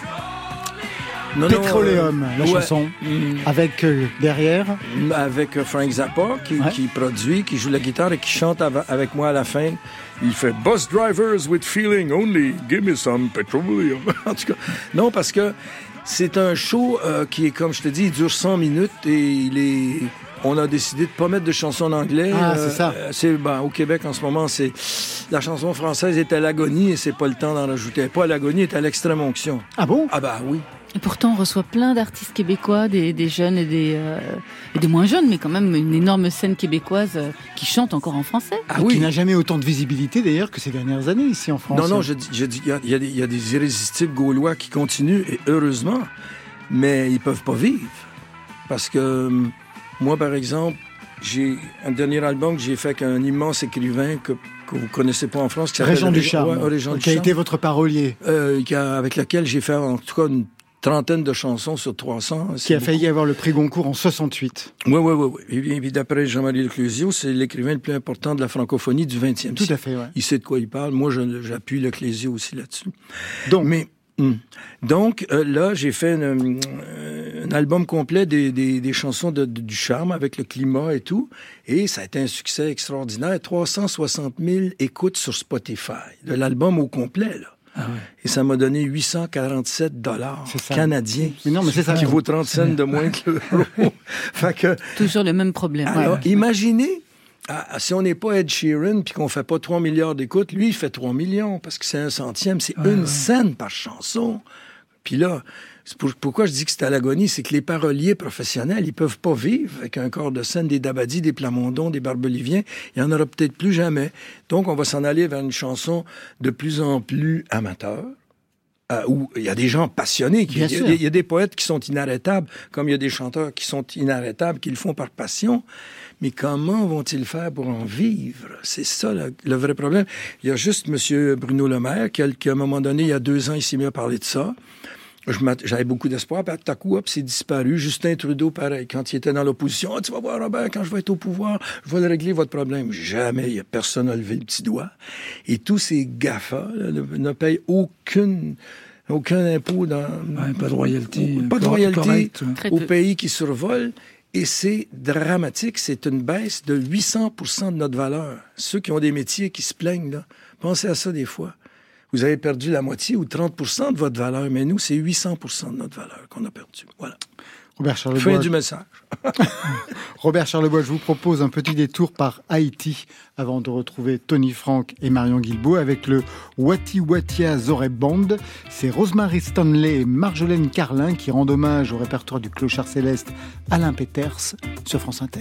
Non, Pétroléum, non, euh, la ouais. chanson, mmh. avec euh, derrière avec euh, Frank Zappa qui, ouais. qui produit, qui joue la guitare et qui chante av- avec moi à la fin. Il fait « Bus drivers with feeling only, give me some petroleum ». En tout cas, non, parce que c'est un show euh, qui est, comme je te dis, il dure cent minutes et il est... On a décidé de pas mettre de chansons en anglais. Ah, euh, c'est ça. C'est, ben, au Québec, en ce moment, c'est la chanson française est à l'agonie et c'est pas le temps d'en rajouter. Pas à l'agonie, est à l'extrême onction. Ah bon? Ah bah oui. Et pourtant, on reçoit plein d'artistes québécois, des, des jeunes et des, euh, et des moins jeunes, mais quand même une énorme scène québécoise euh, qui chante encore en français. Ah oui. Qui n'a jamais autant de visibilité d'ailleurs que ces dernières années ici en France. Non, non, je dis, je dis, il y a, y a des, il y a des irrésistibles gaulois qui continuent et heureusement, mais ils peuvent pas vivre parce que moi, par exemple, j'ai un dernier album que j'ai fait avec un immense écrivain que que vous connaissez pas en France, qui s'appelle Régent Ducharme, ouais, Régent qui Ducharme, a été votre parolier, euh, qui a, avec laquelle j'ai fait en tout cas une trentaine de chansons sur trois cents. Qui a beaucoup. failli avoir le prix Goncourt en soixante-huit. Oui, oui, oui. Et, et d'après Jean-Marie Leclésio, c'est l'écrivain le plus important de la francophonie du vingtième siècle. Tout à fait, ouais. Il sait de quoi il parle. Moi, je, j'appuie Leclésio aussi là-dessus. Donc, mais hum. donc euh, là, j'ai fait une, euh, un album complet des, des, des chansons de, de, du charme avec le climat et tout, et ça a été un succès extraordinaire. trois cent soixante mille écoutes sur Spotify de l'album au complet, là. Ah ouais. Et ça m'a donné huit cent quarante-sept dollars canadiens. Mais non, mais c'est ça. Qui vaut trente cents de moins que l'euro. Fait que, toujours le même problème. Alors, ouais. imaginez, ah, si on n'est pas Ed Sheeran puis qu'on fait pas trois milliards d'écoutes, lui, il fait trois millions parce que c'est un centième, c'est ouais, une ouais. scène par chanson. Puis là, c'est pour, pourquoi je dis que c'est à l'agonie, c'est que les paroliers professionnels, ils peuvent pas vivre avec un corps de scène, des Dabadi, des Plamondon, des Barbeliviens. Il y en aura peut-être plus jamais. Donc, on va s'en aller vers une chanson de plus en plus amateur. Euh, où il y a des gens passionnés. Qui, il, y a, il y a des poètes qui sont inarrêtables, comme il y a des chanteurs qui sont inarrêtables, qui le font par passion. Mais comment vont-ils faire pour en vivre? C'est ça le, le vrai problème. Il y a juste M. Bruno Le Maire qui, qui, à un moment donné, il y a deux ans, il s'est mis à parler de ça. Je j'avais beaucoup d'espoir, puis tout à coup, hop, c'est disparu. Justin Trudeau, pareil, quand il était dans l'opposition, oh, tu vas voir, Robert, quand je vais être au pouvoir, je vais régler votre problème. Jamais, il y a personne à lever le petit doigt. Et tous ces GAFA là, ne, ne payent aucune, aucun impôt dans... Ouais, pas de royalty. Pas de royalty correct, au pays qui survole. Et c'est dramatique. C'est une baisse de huit cents pour cent de notre valeur. Ceux qui ont des métiers qui se plaignent, là, pensez à ça des fois. Vous avez perdu la moitié ou trente pour cent de votre valeur, mais nous, c'est huit cents pour cent de notre valeur qu'on a perdu. Voilà. Robert Charlebois. Fin du message. Robert Charlebois, je vous propose un petit détour par Haïti avant de retrouver Tony Frank et Marion Guilbault avec le Wati Watia Zoré Band. C'est Rosemary Stanley et Marjolaine Carlin qui rendent hommage au répertoire du clochard céleste Alain Peters sur France Inter.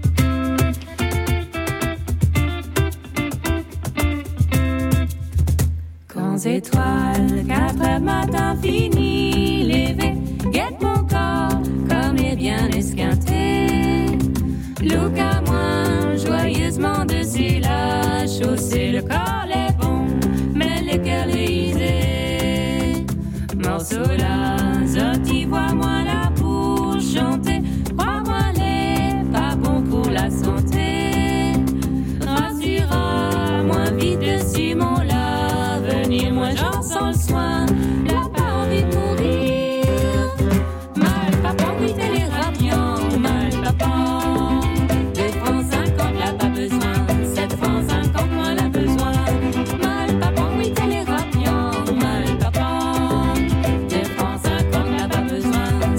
Grands étoiles, quatre matins finis, levé, guette mon corps, comme est bien esquinté. Look à moi, joyeusement dessus la chaussée, le corps est bon, mais le cœur est usé. Morceau là, sorti, vois-moi là pour chanter, crois-moi les pas bon pour la santé. Rassura, moins vite dessus mon là. Moi j'en sens le soin, la pas envie de mourir. Mal papa, oui t'es les radiants, mal papa. Deux francs cinquante, là pas besoin, sept francs cinquante, moi la besoin. Mal papa, oui t'es les radiants, mal papa. Deux francs cinquante, là pas besoin,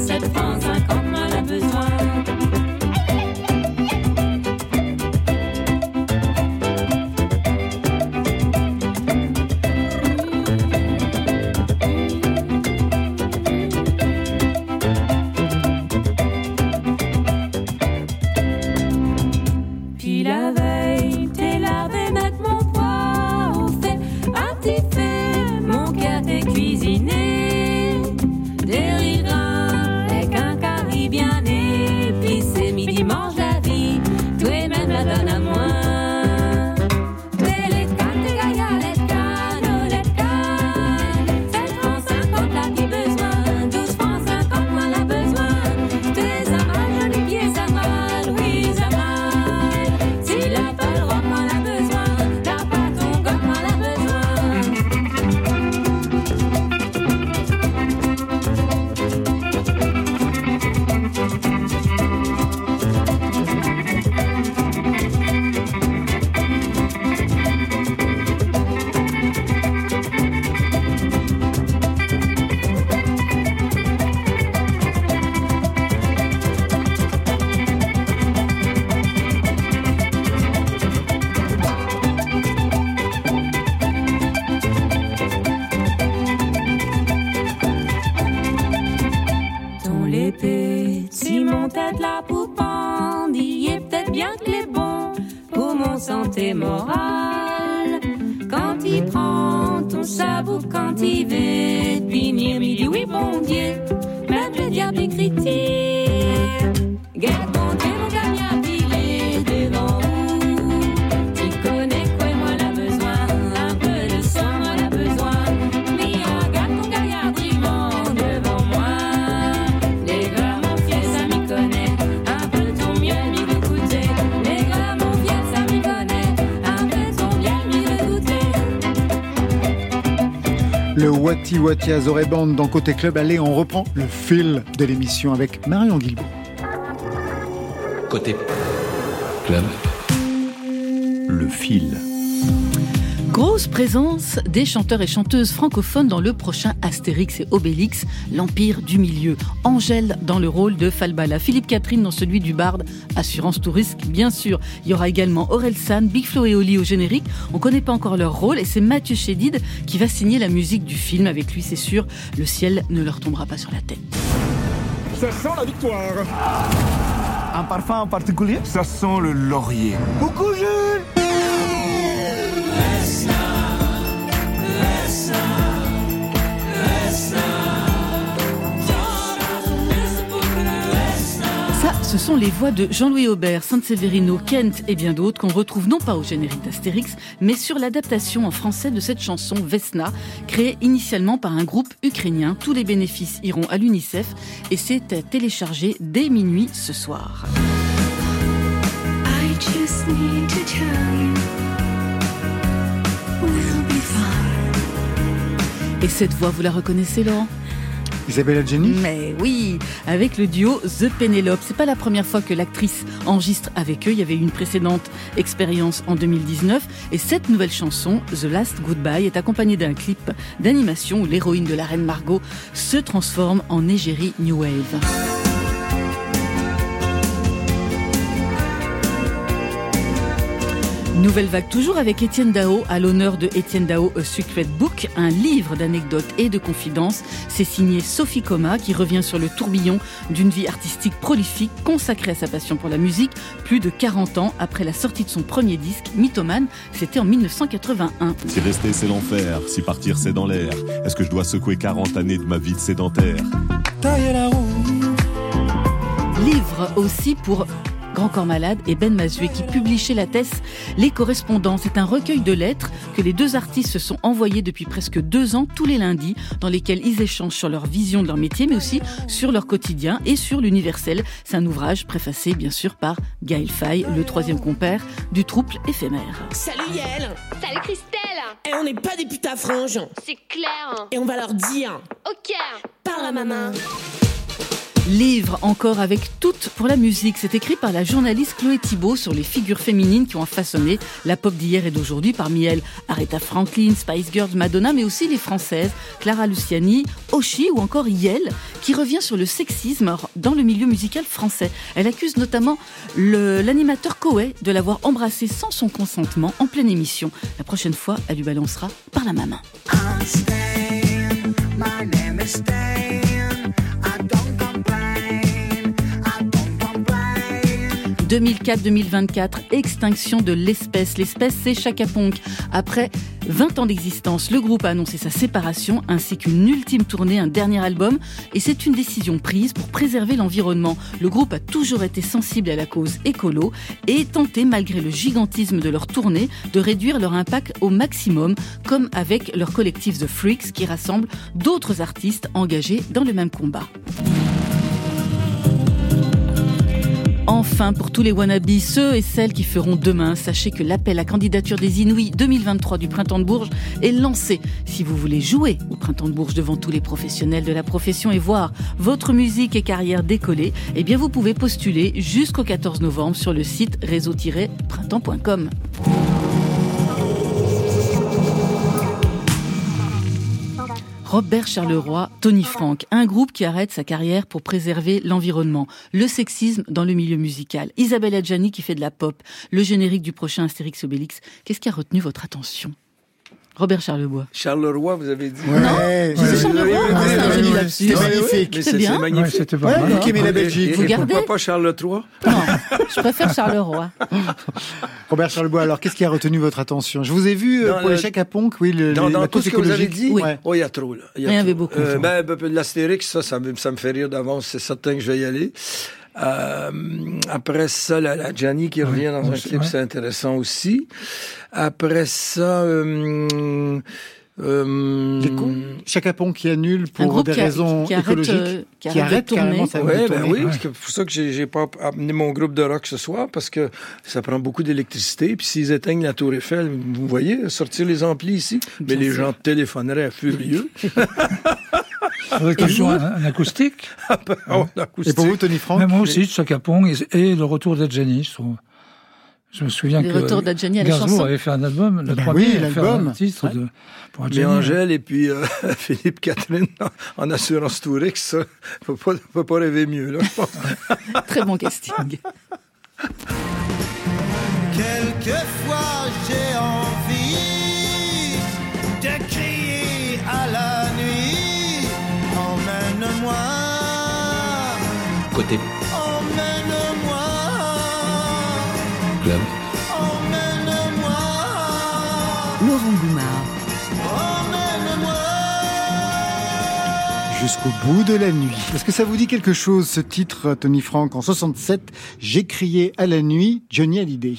Les petits mon tête là pour pendir, peut-être bien que les bons pour mon santé morale. Quand il prend ton sabot, quand il veut punir, il dit oui bon Dieu, même le diable est critique. Garde bon Dieu, mon gagnant, il est devant vous. Tu connais quoi, moi la besoin, un peu de sang, moi la besoin. Mais regarde ton gagnard, il vend devant moi. Les gars, mon fiel, ça m'y connaît, un peu ton mieux, m'y veut goûter. Les gars, mon fiel, ça m'y connaît, un peu ton mieux, m'y veut goûter. Le Wati Wati Azoré Band dans Côté Club. Allez, on reprend le fil de l'émission avec Marion Guilbault. Côté Club, le fil. Grosse présence des chanteurs et chanteuses francophones dans le prochain Astérix et Obélix, l'Empire du Milieu. Angèle dans le rôle de Falbala, Philippe Catherine dans celui du barde, Assurance tout risque bien sûr. Il y aura également Aurel San, Big Flo et Oli au générique. On ne connaît pas encore leur rôle et c'est Mathieu Chédid qui va signer la musique du film. Avec lui, c'est sûr, le ciel ne leur tombera pas sur la tête. Ça sent la victoire. Un parfum en particulier? Ça sent le laurier. Coucou Jules. Ça, ce sont les voix de Jean-Louis Aubert, Sanseverino, Kent et bien d'autres qu'on retrouve non pas au générique d'Astérix, mais sur l'adaptation en français de cette chanson Vesna, créée initialement par un groupe ukrainien. Tous les bénéfices iront à l'UNICEF et c'est à télécharger dès minuit ce soir. I just need to tell you, we'll be fine. Et cette voix, vous la reconnaissez, Laurent ? Isabelle Adjani ? Mais oui, avec le duo The Penelope. C'est pas la première fois que l'actrice enregistre avec eux. Il y avait eu une précédente expérience en deux mille dix-neuf. Et cette nouvelle chanson, The Last Goodbye, est accompagnée d'un clip d'animation où l'héroïne de la reine Margot se transforme en égérie New Wave. Nouvelle vague toujours avec Étienne Dao, à l'honneur de Étienne Dao A Secret Book, un livre d'anecdotes et de confidences. C'est signé Sophie Coma qui revient sur le tourbillon d'une vie artistique prolifique consacrée à sa passion pour la musique, plus de quarante ans après la sortie de son premier disque, Mythomane, c'était en dix-neuf cent quatre-vingt-un. Si rester c'est l'enfer, si partir c'est dans l'air, est-ce que je dois secouer quarante années de ma vie de sédentaire? Tailler la roue. Livre aussi pour Grand Corps Malade et Ben Mazué qui publie chez Lattès Les Correspondants. C'est un recueil de lettres que les deux artistes se sont envoyés depuis presque deux ans tous les lundis, dans lesquels ils échangent sur leur vision de leur métier mais aussi sur leur quotidien et sur l'universel. C'est un ouvrage préfacé bien sûr par Gaël Faye, le troisième compère du trouble éphémère. Salut Yael. Salut Christelle. Et on n'est pas des putains franges. C'est clair. Et on va leur dire. Ok. Parle à maman. Livre encore avec Toutes pour la musique. C'est écrit par la journaliste Chloé Thibault sur les figures féminines qui ont façonné la pop d'hier et d'aujourd'hui. Parmi elles, Aretha Franklin, Spice Girls, Madonna, mais aussi les françaises, Clara Luciani, Oshi ou encore Yel, qui revient sur le sexisme dans le milieu musical français. Elle accuse notamment le, l'animateur Koé de l'avoir embrassée sans son consentement en pleine émission. La prochaine fois, elle lui balancera par la main. deux mille quatre deux mille vingt-quatre, extinction de l'espèce. L'espèce, c'est Chaka Ponk. Après vingt ans d'existence, le groupe a annoncé sa séparation ainsi qu'une ultime tournée, un dernier album. Et c'est une décision prise pour préserver l'environnement. Le groupe a toujours été sensible à la cause écolo et tenté, malgré le gigantisme de leur tournée, de réduire leur impact au maximum, comme avec leur collectif The Freaks qui rassemble d'autres artistes engagés dans le même combat. Enfin, pour tous les wannabes, ceux et celles qui feront demain, sachez que l'appel à candidature des Inouïs deux mille vingt-trois du Printemps de Bourges est lancé. Si vous voulez jouer au Printemps de Bourges devant tous les professionnels de la profession et voir votre musique et carrière décoller, eh bien vous pouvez postuler jusqu'au quatorze novembre sur le site réseau tiret printemps point com. Robert Charleroi, Tony Frank, un groupe qui arrête sa carrière pour préserver l'environnement, le sexisme dans le milieu musical. Isabelle Adjani qui fait de la pop, le générique du prochain Astérix Obélix. Qu'est-ce qui a retenu votre attention ? Robert Charlebois. Charleroi, vous avez dit. Ouais, non, ouais, c'est Charleroi, ouais, hein, c'est un ouais, joli ouais, lapsus. c'est magnifique. Mais C'est c'est, bien. c'est magnifique. Ouais, c'était pas Ouais, mal. vous qui aimez la Belgique. Et, Vous et gardez pourquoi pas Charles le trois? Non, je préfère Charleroi. Robert Charlebois, alors qu'est-ce qui a retenu votre attention? Je vous ai vu euh, Dans pour le- les chèques à Ponk, oui, le, Dans, les- dans la tout cause ce que vous avez écologique. dit, Ouais. oh, il y a trop, là. Il y en avait beaucoup. Euh, ben, ben, l'Astérix, ça, ça me, ça me fait rire d'avance, c'est certain que je vais y aller. Euh, après ça, la, la Gianni qui revient dans ouais, un clip, ouais. c'est intéressant aussi. Après ça, euh, euh, Les cons, Chèques à Ponk qui annule Un pour groupe des qui, a- raisons qui arrête, écologiques, euh, qui arrête, de carrément tourner. ça Ouais, de ben tourner. oui, parce que c'est pour ça que j'ai, j'ai pas amené mon groupe de rock ce soir, parce que ça prend beaucoup d'électricité. Puis s'ils éteignent la Tour Eiffel, vous voyez, sortir les amplis ici, mais Bien les sûr. gens téléphoneraient furieux. Avec toujours un, un acoustique. Oh, Et l'acoustique. pour vous, Tony Franck? Mais moi aussi, Chaka Pong et, et le retour d'Adjani, je trouve. Je me souviens Les que retours d'Adjani à la Gainsbourg chanson. avait fait un album, le Ben premier, oui, il a fait l'album. un titre de, pour Mais Adjani. Angèle et puis euh, Philippe Catherine en, en assurance Tourix, ça, faut pas, faut pas rêver mieux, là, je pense. Très bon casting. Quelquefois j'ai envie de crier à la nuit. Emmène-moi, Côté emmène-moi, club. emmène-moi, Laurent Goumard. emmène-moi. Jusqu'au bout de la nuit. Est-ce que ça vous dit quelque chose, ce titre, Tony Franck? En soixante-sept, j'ai crié à la nuit, Johnny Hallyday.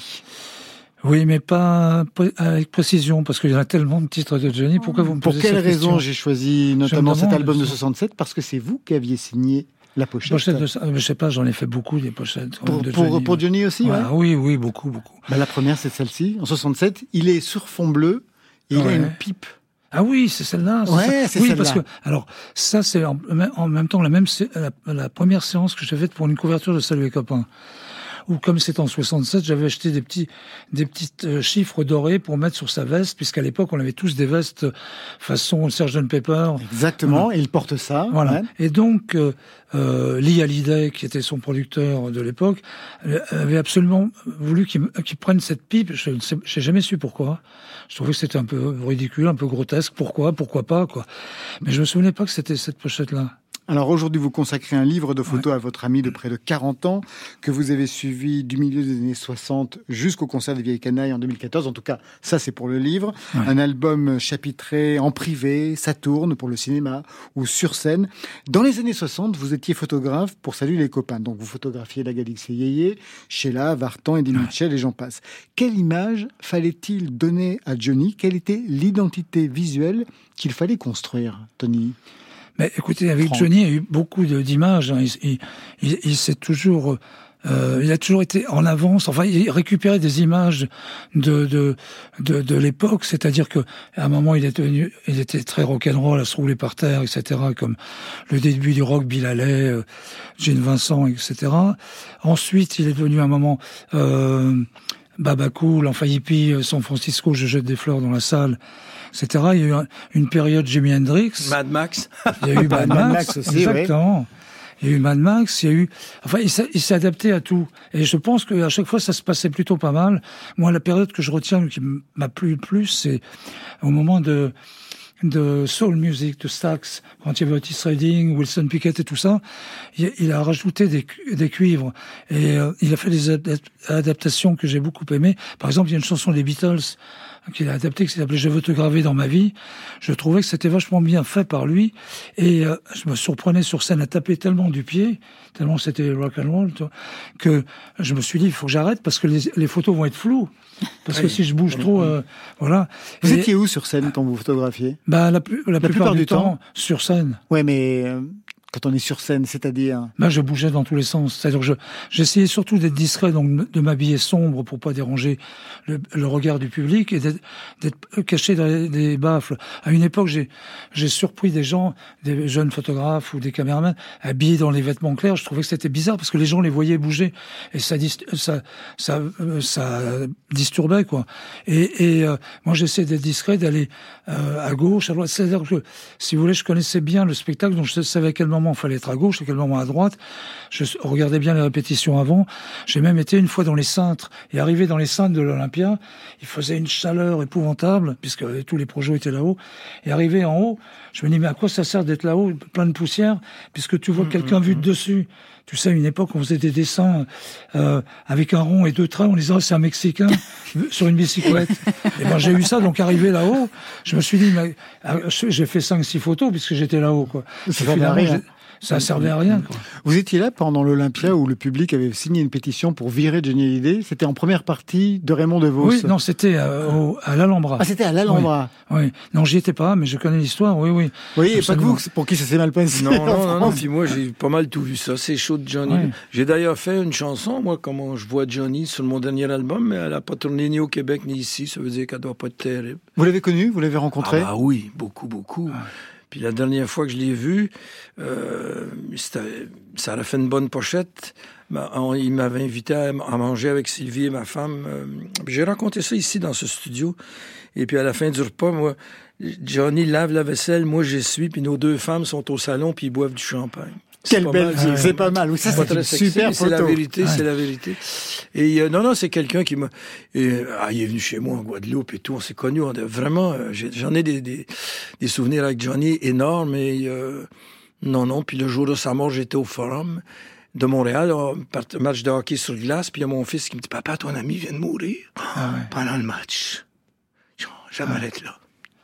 Oui, mais pas pas avec précision, parce qu'il y en a tellement de titres de Johnny. Pourquoi vous me Pour posez quelle cette raison question j'ai choisi notamment Je me cet demande, album de ça. soixante-sept? Parce que c'est vous qui aviez signé la pochette. Pochette de ça, je sais pas, j'en ai fait beaucoup des pochettes. Pour, de pour, Johnny. pour Johnny aussi, ouais. Ah, oui, oui, beaucoup, beaucoup. Bah, la première, c'est celle-ci. En soixante-sept, il est sur fond bleu et il a Ouais. une pipe. Ah oui, c'est celle-là. Ouais, ça. c'est oui, celle-là. parce que alors ça c'est en, en même temps la même sé- la, la première séance que j'ai faite pour une couverture de Salut les copains. Où comme c'est en soixante-sept, j'avais acheté des petits des petites euh, chiffres dorés pour mettre sur sa veste, puisqu'à l'époque on avait tous des vestes façon sergeant Pepper. Exactement, Voilà. et il porte ça. Voilà. ouais. Et donc, euh, euh, Lee Hallyday, qui était son producteur de l'époque, euh, avait absolument voulu qu'il, qu'il prenne cette pipe. Je ne sais, j'ai jamais su pourquoi. Je trouvais que c'était un peu ridicule, un peu grotesque. Pourquoi? Pourquoi pas, quoi. Mais je me souvenais pas que c'était cette pochette-là. Alors aujourd'hui, vous consacrez un livre de photos ouais. à votre ami de près de quarante ans, que vous avez suivi du milieu des années soixante jusqu'au concert des Vieilles Canailles en deux mille quatorze. En tout cas, ça c'est pour le livre. Ouais. Un album chapitré en privé, ça tourne pour le cinéma ou sur scène. Dans les années soixante, vous étiez photographe pour Salut les copains. Donc vous photographiez la Galaxie Yéyé, Sheila, Vartan, Eddie Mitchell et j'en passe. Quelle image fallait-il donner à Johnny? Quelle était l'identité visuelle qu'il fallait construire, Tony? Mais écoutez, avec Franck. Johnny, il y a eu beaucoup de, d'images. Hein. Il, il, il, il s'est toujours, euh, il a toujours été en avance. Enfin, il récupérait des images de de de, de l'époque. C'est-à-dire que à un moment, il est devenu, il était très rock'n'roll, à se rouler par terre, et cetera. Comme le début du rock, Bill Haley, euh, Gene Vincent, et cetera. Ensuite, il est devenu à un moment euh, Baba Cool, enfin hippie, San Francisco, je jette des fleurs dans la salle, et cetera. Il y a eu un, une période Jimi Hendrix. Mad Max. Il y a eu Mad, Mad Max, Max aussi, exactement. Oui. Il y a eu Mad Max, il y a eu... Enfin, il s'est, il s'est adapté à tout. Et je pense qu'à chaque fois, ça se passait plutôt pas mal. Moi, la période que je retiens, qui m'a plu le plus, c'est au moment de... de soul music, de Stax, quand il y avait Otis Redding, Wilson Pickett et tout ça, il, il a rajouté des, des cuivres et euh, il a fait des adaptations que j'ai beaucoup aimées. Par exemple, il y a une chanson des Beatles qu'il a adaptée qui s'appelait « Je veux te graver dans ma vie ». Je trouvais que c'était vachement bien fait par lui et euh, je me surprenais sur scène à taper tellement du pied, tellement c'était rock and roll, que je me suis dit il faut que j'arrête parce que les, les photos vont être floues. Parce que si je bouge trop, euh, voilà. Vous et, étiez où sur scène quand vous photographiez? Bah la, plus, la, la plupart, plupart du, du temps, temps sur scène. Ouais, mais euh, quand on est sur scène, c'est-à-dire? Bah je bougeais dans tous les sens. C'est-à-dire que je, j'essayais surtout d'être discret, donc de m'habiller sombre pour pas déranger le, le regard du public et d'être, d'être caché dans les, des baffles. À une époque, j'ai, j'ai surpris des gens, des jeunes photographes ou des caméramans habillés dans les vêtements clairs. Je trouvais que c'était bizarre parce que les gens les voyaient bouger et ça, ça, ça, ça, ça disturbait quoi. Et, et euh, moi, j'essayais d'être discret, d'aller euh, à gauche, à droite. C'est-à-dire que, si vous voulez, je connaissais bien le spectacle, donc je savais à quel moment moment il fallait être à gauche, à quel moment à droite. Je regardais bien les répétitions avant. J'ai même été une fois dans les cintres, et arrivé dans les cintres de l'Olympia, il faisait une chaleur épouvantable, puisque tous les projets étaient là-haut. Et arrivé en haut, je me dis, mais à quoi ça sert d'être là-haut, plein de poussière, puisque tu vois mmh, quelqu'un mmh, vu de dessus. Tu sais, à une époque, on faisait des dessins euh, avec un rond et deux traits, on disait, oh, c'est un Mexicain sur une bicyclette. Et ben, j'ai eu ça, donc arrivé là-haut, je me suis dit, mais, j'ai fait cinq six photos, puisque j'étais là-haut, quoi. Ça servait à rien. Ça servait à rien, quoi. Vous étiez là pendant l'Olympia où le public avait signé une pétition pour virer Johnny Hallyday. C'était en première partie de Raymond DeVos. Oui, non, c'était euh, au, à l'Alhambra. Ah, c'était à l'Alhambra. Oui, oui. Non, j'y étais pas, mais je connais l'histoire, oui, oui. Oui, et pas que vous, pour qui ça s'est mal passé. Non, non, non, non, puis moi, j'ai pas mal tout vu ça. C'est chaud de Johnny. Oui. J'ai d'ailleurs fait une chanson, moi, comment je vois Johnny sur mon dernier album, mais elle a pas tourné ni au Québec ni ici. Ça veut dire qu'elle doit pas être terrible. Vous l'avez connu? Vous l'avez rencontré? Ah, bah oui, beaucoup, beaucoup. Ah. Puis la dernière fois que je l'ai vu, euh, ça a fait une bonne pochette. Ben, on, il m'avait invité à, à manger avec Sylvie et ma femme. Euh, j'ai raconté ça ici dans ce studio. Et puis à la fin du repas, moi, Johnny lave la vaisselle, moi j'essuie, puis nos deux femmes sont au salon, puis ils boivent du champagne. Quelle belle vie, c'est pas mal. Oui, ça, c'est une super photo. C'est la vérité, ouais. c'est la vérité. Et euh, non, non, c'est quelqu'un qui m'a... Et, ah, il est venu chez moi en Guadeloupe et tout, on s'est connus. On a, vraiment, euh, j'en ai des, des, des souvenirs avec Johnny énormes. Et euh, non, non, puis le jour de sa mort, j'étais au Forum de Montréal, un match de hockey sur glace, puis il y a mon fils qui me dit « Papa, ton ami vient de mourir ah, ouais. pendant le match. » J'aimerais ah. être là.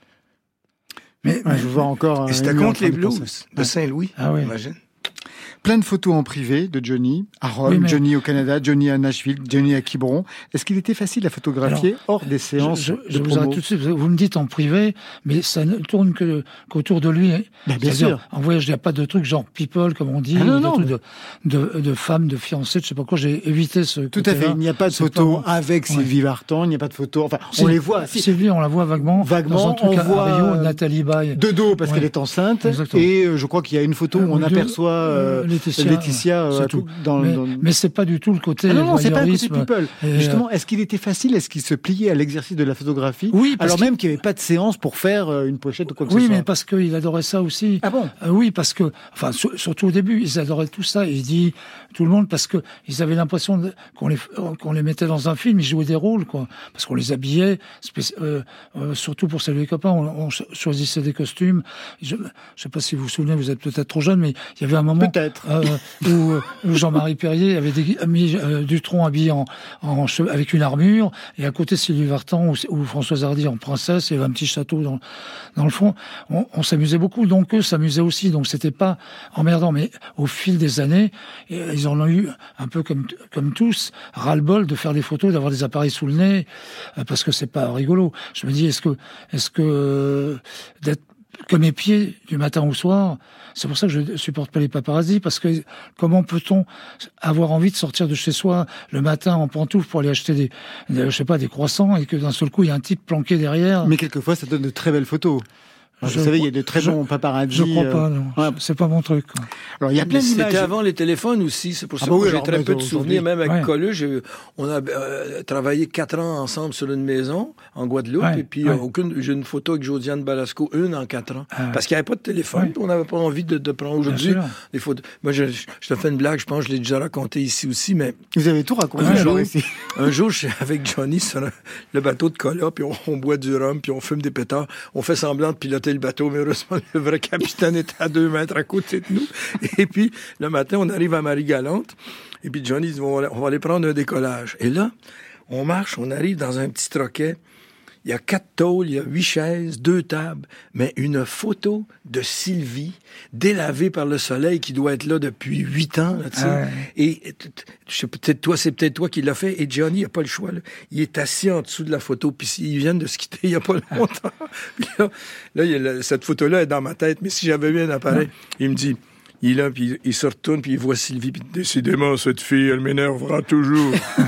Mais, mais je vois encore... Et c'était contre les Blues de Saint-Louis, ah, oui. imagine. Plein de photos en privé de Johnny, à Rome, oui, mais... Johnny au Canada, Johnny à Nashville, Johnny à Quiberon. Est-ce qu'il était facile à photographier Alors, hors des séances je, je, de je promo? Vous, tout de suite, vous me dites en privé, mais ça ne tourne que, qu'autour de lui. Ben, bien sûr. En voyage, il n'y a pas de trucs genre people, comme on dit, ah, non, non, de, de, de femmes, de fiancées, je sais pas quoi, j'ai évité ce Tout à fait, il n'y a pas de photos pas... avec ouais. Sylvie Vartan, il n'y a pas de photos, enfin, on les voit. Si. Sylvie, on la voit vaguement. Vaguement, dans un truc on à, voit à Rio, Nathalie Baye. De dos, parce ouais. qu'elle est enceinte. Exactement. Et euh, je crois qu'il y a une photo où on aperçoit euh, Laetitia. Laetitia Euh, tout. Dans, mais, dans... mais c'est pas du tout le côté ah non, non, c'est pas le côté people. Et Justement, est-ce qu'il était facile? Est-ce qu'il se pliait à l'exercice de la photographie? Oui, alors même qu'il n'y avait pas de séance pour faire une pochette ou quoi que oui, ce soit. Oui, mais parce qu'il adorait ça aussi. Ah bon? euh, Oui, parce que, enfin, sur, surtout au début, ils adoraient tout ça. Il dit tout le monde parce que ils avaient l'impression de, qu'on les qu'on les mettait dans un film, ils jouaient des rôles, quoi. Parce qu'on les habillait, spéci- euh, euh, surtout pour saluer les copains, on, on choisissait des costumes. Je, je sais pas si vous vous souvenez, vous êtes peut-être trop jeune, mais il y avait un moment peut-être euh, où, où Jean-Marie Perrier avait des, mis euh, Dutronc habillé en, en avec une armure, et à côté Sylvie Vartan ou, ou Françoise Hardy en princesse, il y avait un petit château dans, dans le fond. On, on s'amusait beaucoup, donc eux s'amusaient aussi, donc c'était pas emmerdant. Mais au fil des années, ils en ont eu un peu comme comme tous ras-le-bol de faire des photos, d'avoir des appareils sous le nez, parce que c'est pas rigolo. Je me dis, est-ce que est-ce que euh, d'être comme épié du matin au soir, c'est pour ça que je supporte pas les paparazzis, parce que comment peut-on avoir envie de sortir de chez soi le matin en pantoufles pour aller acheter des, des je sais pas, des croissants, et que d'un seul coup il y a un type planqué derrière. Mais quelquefois ça donne de très belles photos. Je, vous savez, il y a de très bons paparazzis. Je crois pas, non. Ouais. C'est pas mon truc, quoi. Alors, il y a plein d'images. C'était avant les téléphones aussi. C'est pour ça ah bah oui, que j'ai très peu de aujourd'hui. souvenirs, même avec ouais. Coluche. On a euh, travaillé quatre ans ensemble sur une maison en Guadeloupe. Ouais. Et puis, ouais. euh, aucune, j'ai une photo avec Josiane Balasco, une en quatre ans. Ah. Parce qu'il n'y avait pas de téléphone. Ouais. On n'avait pas envie de, de prendre aujourd'hui des photos. Moi, je, je te fais une blague. Je pense que je l'ai déjà raconté ici aussi, mais. Vous avez tout raconté un jour, ici. Un jour, je suis avec Johnny sur un, le bateau de Cola, puis on, on boit du rhum, puis on fume des pétards. On fait semblant de piloter le bateau, mais heureusement, le vrai capitaine était à deux mètres à côté de nous. Et puis, le matin, on arrive à Marie-Galante. Et puis, Johnny dit, on va aller prendre un décollage. Et là, on marche, on arrive dans un petit troquet. Il y a quatre tôles, il y a huit chaises, deux tables, mais une photo de Sylvie, délavée par le soleil, qui doit être là depuis huit ans, là, tu sais. Ah ouais. Et je sais, peut-être toi, c'est peut-être toi qui l'as fait. Et Johnny, il n'a pas le choix, là. Il est assis en dessous de la photo, puis ils viennent de se quitter il n'y a pas longtemps. Puis là, là, il y a la, cette photo-là est dans ma tête, mais si j'avais eu un appareil, ah. il me dit... Il est là, puis il se retourne, puis il voit Sylvie, puis décidément, cette fille, elle m'énervera toujours.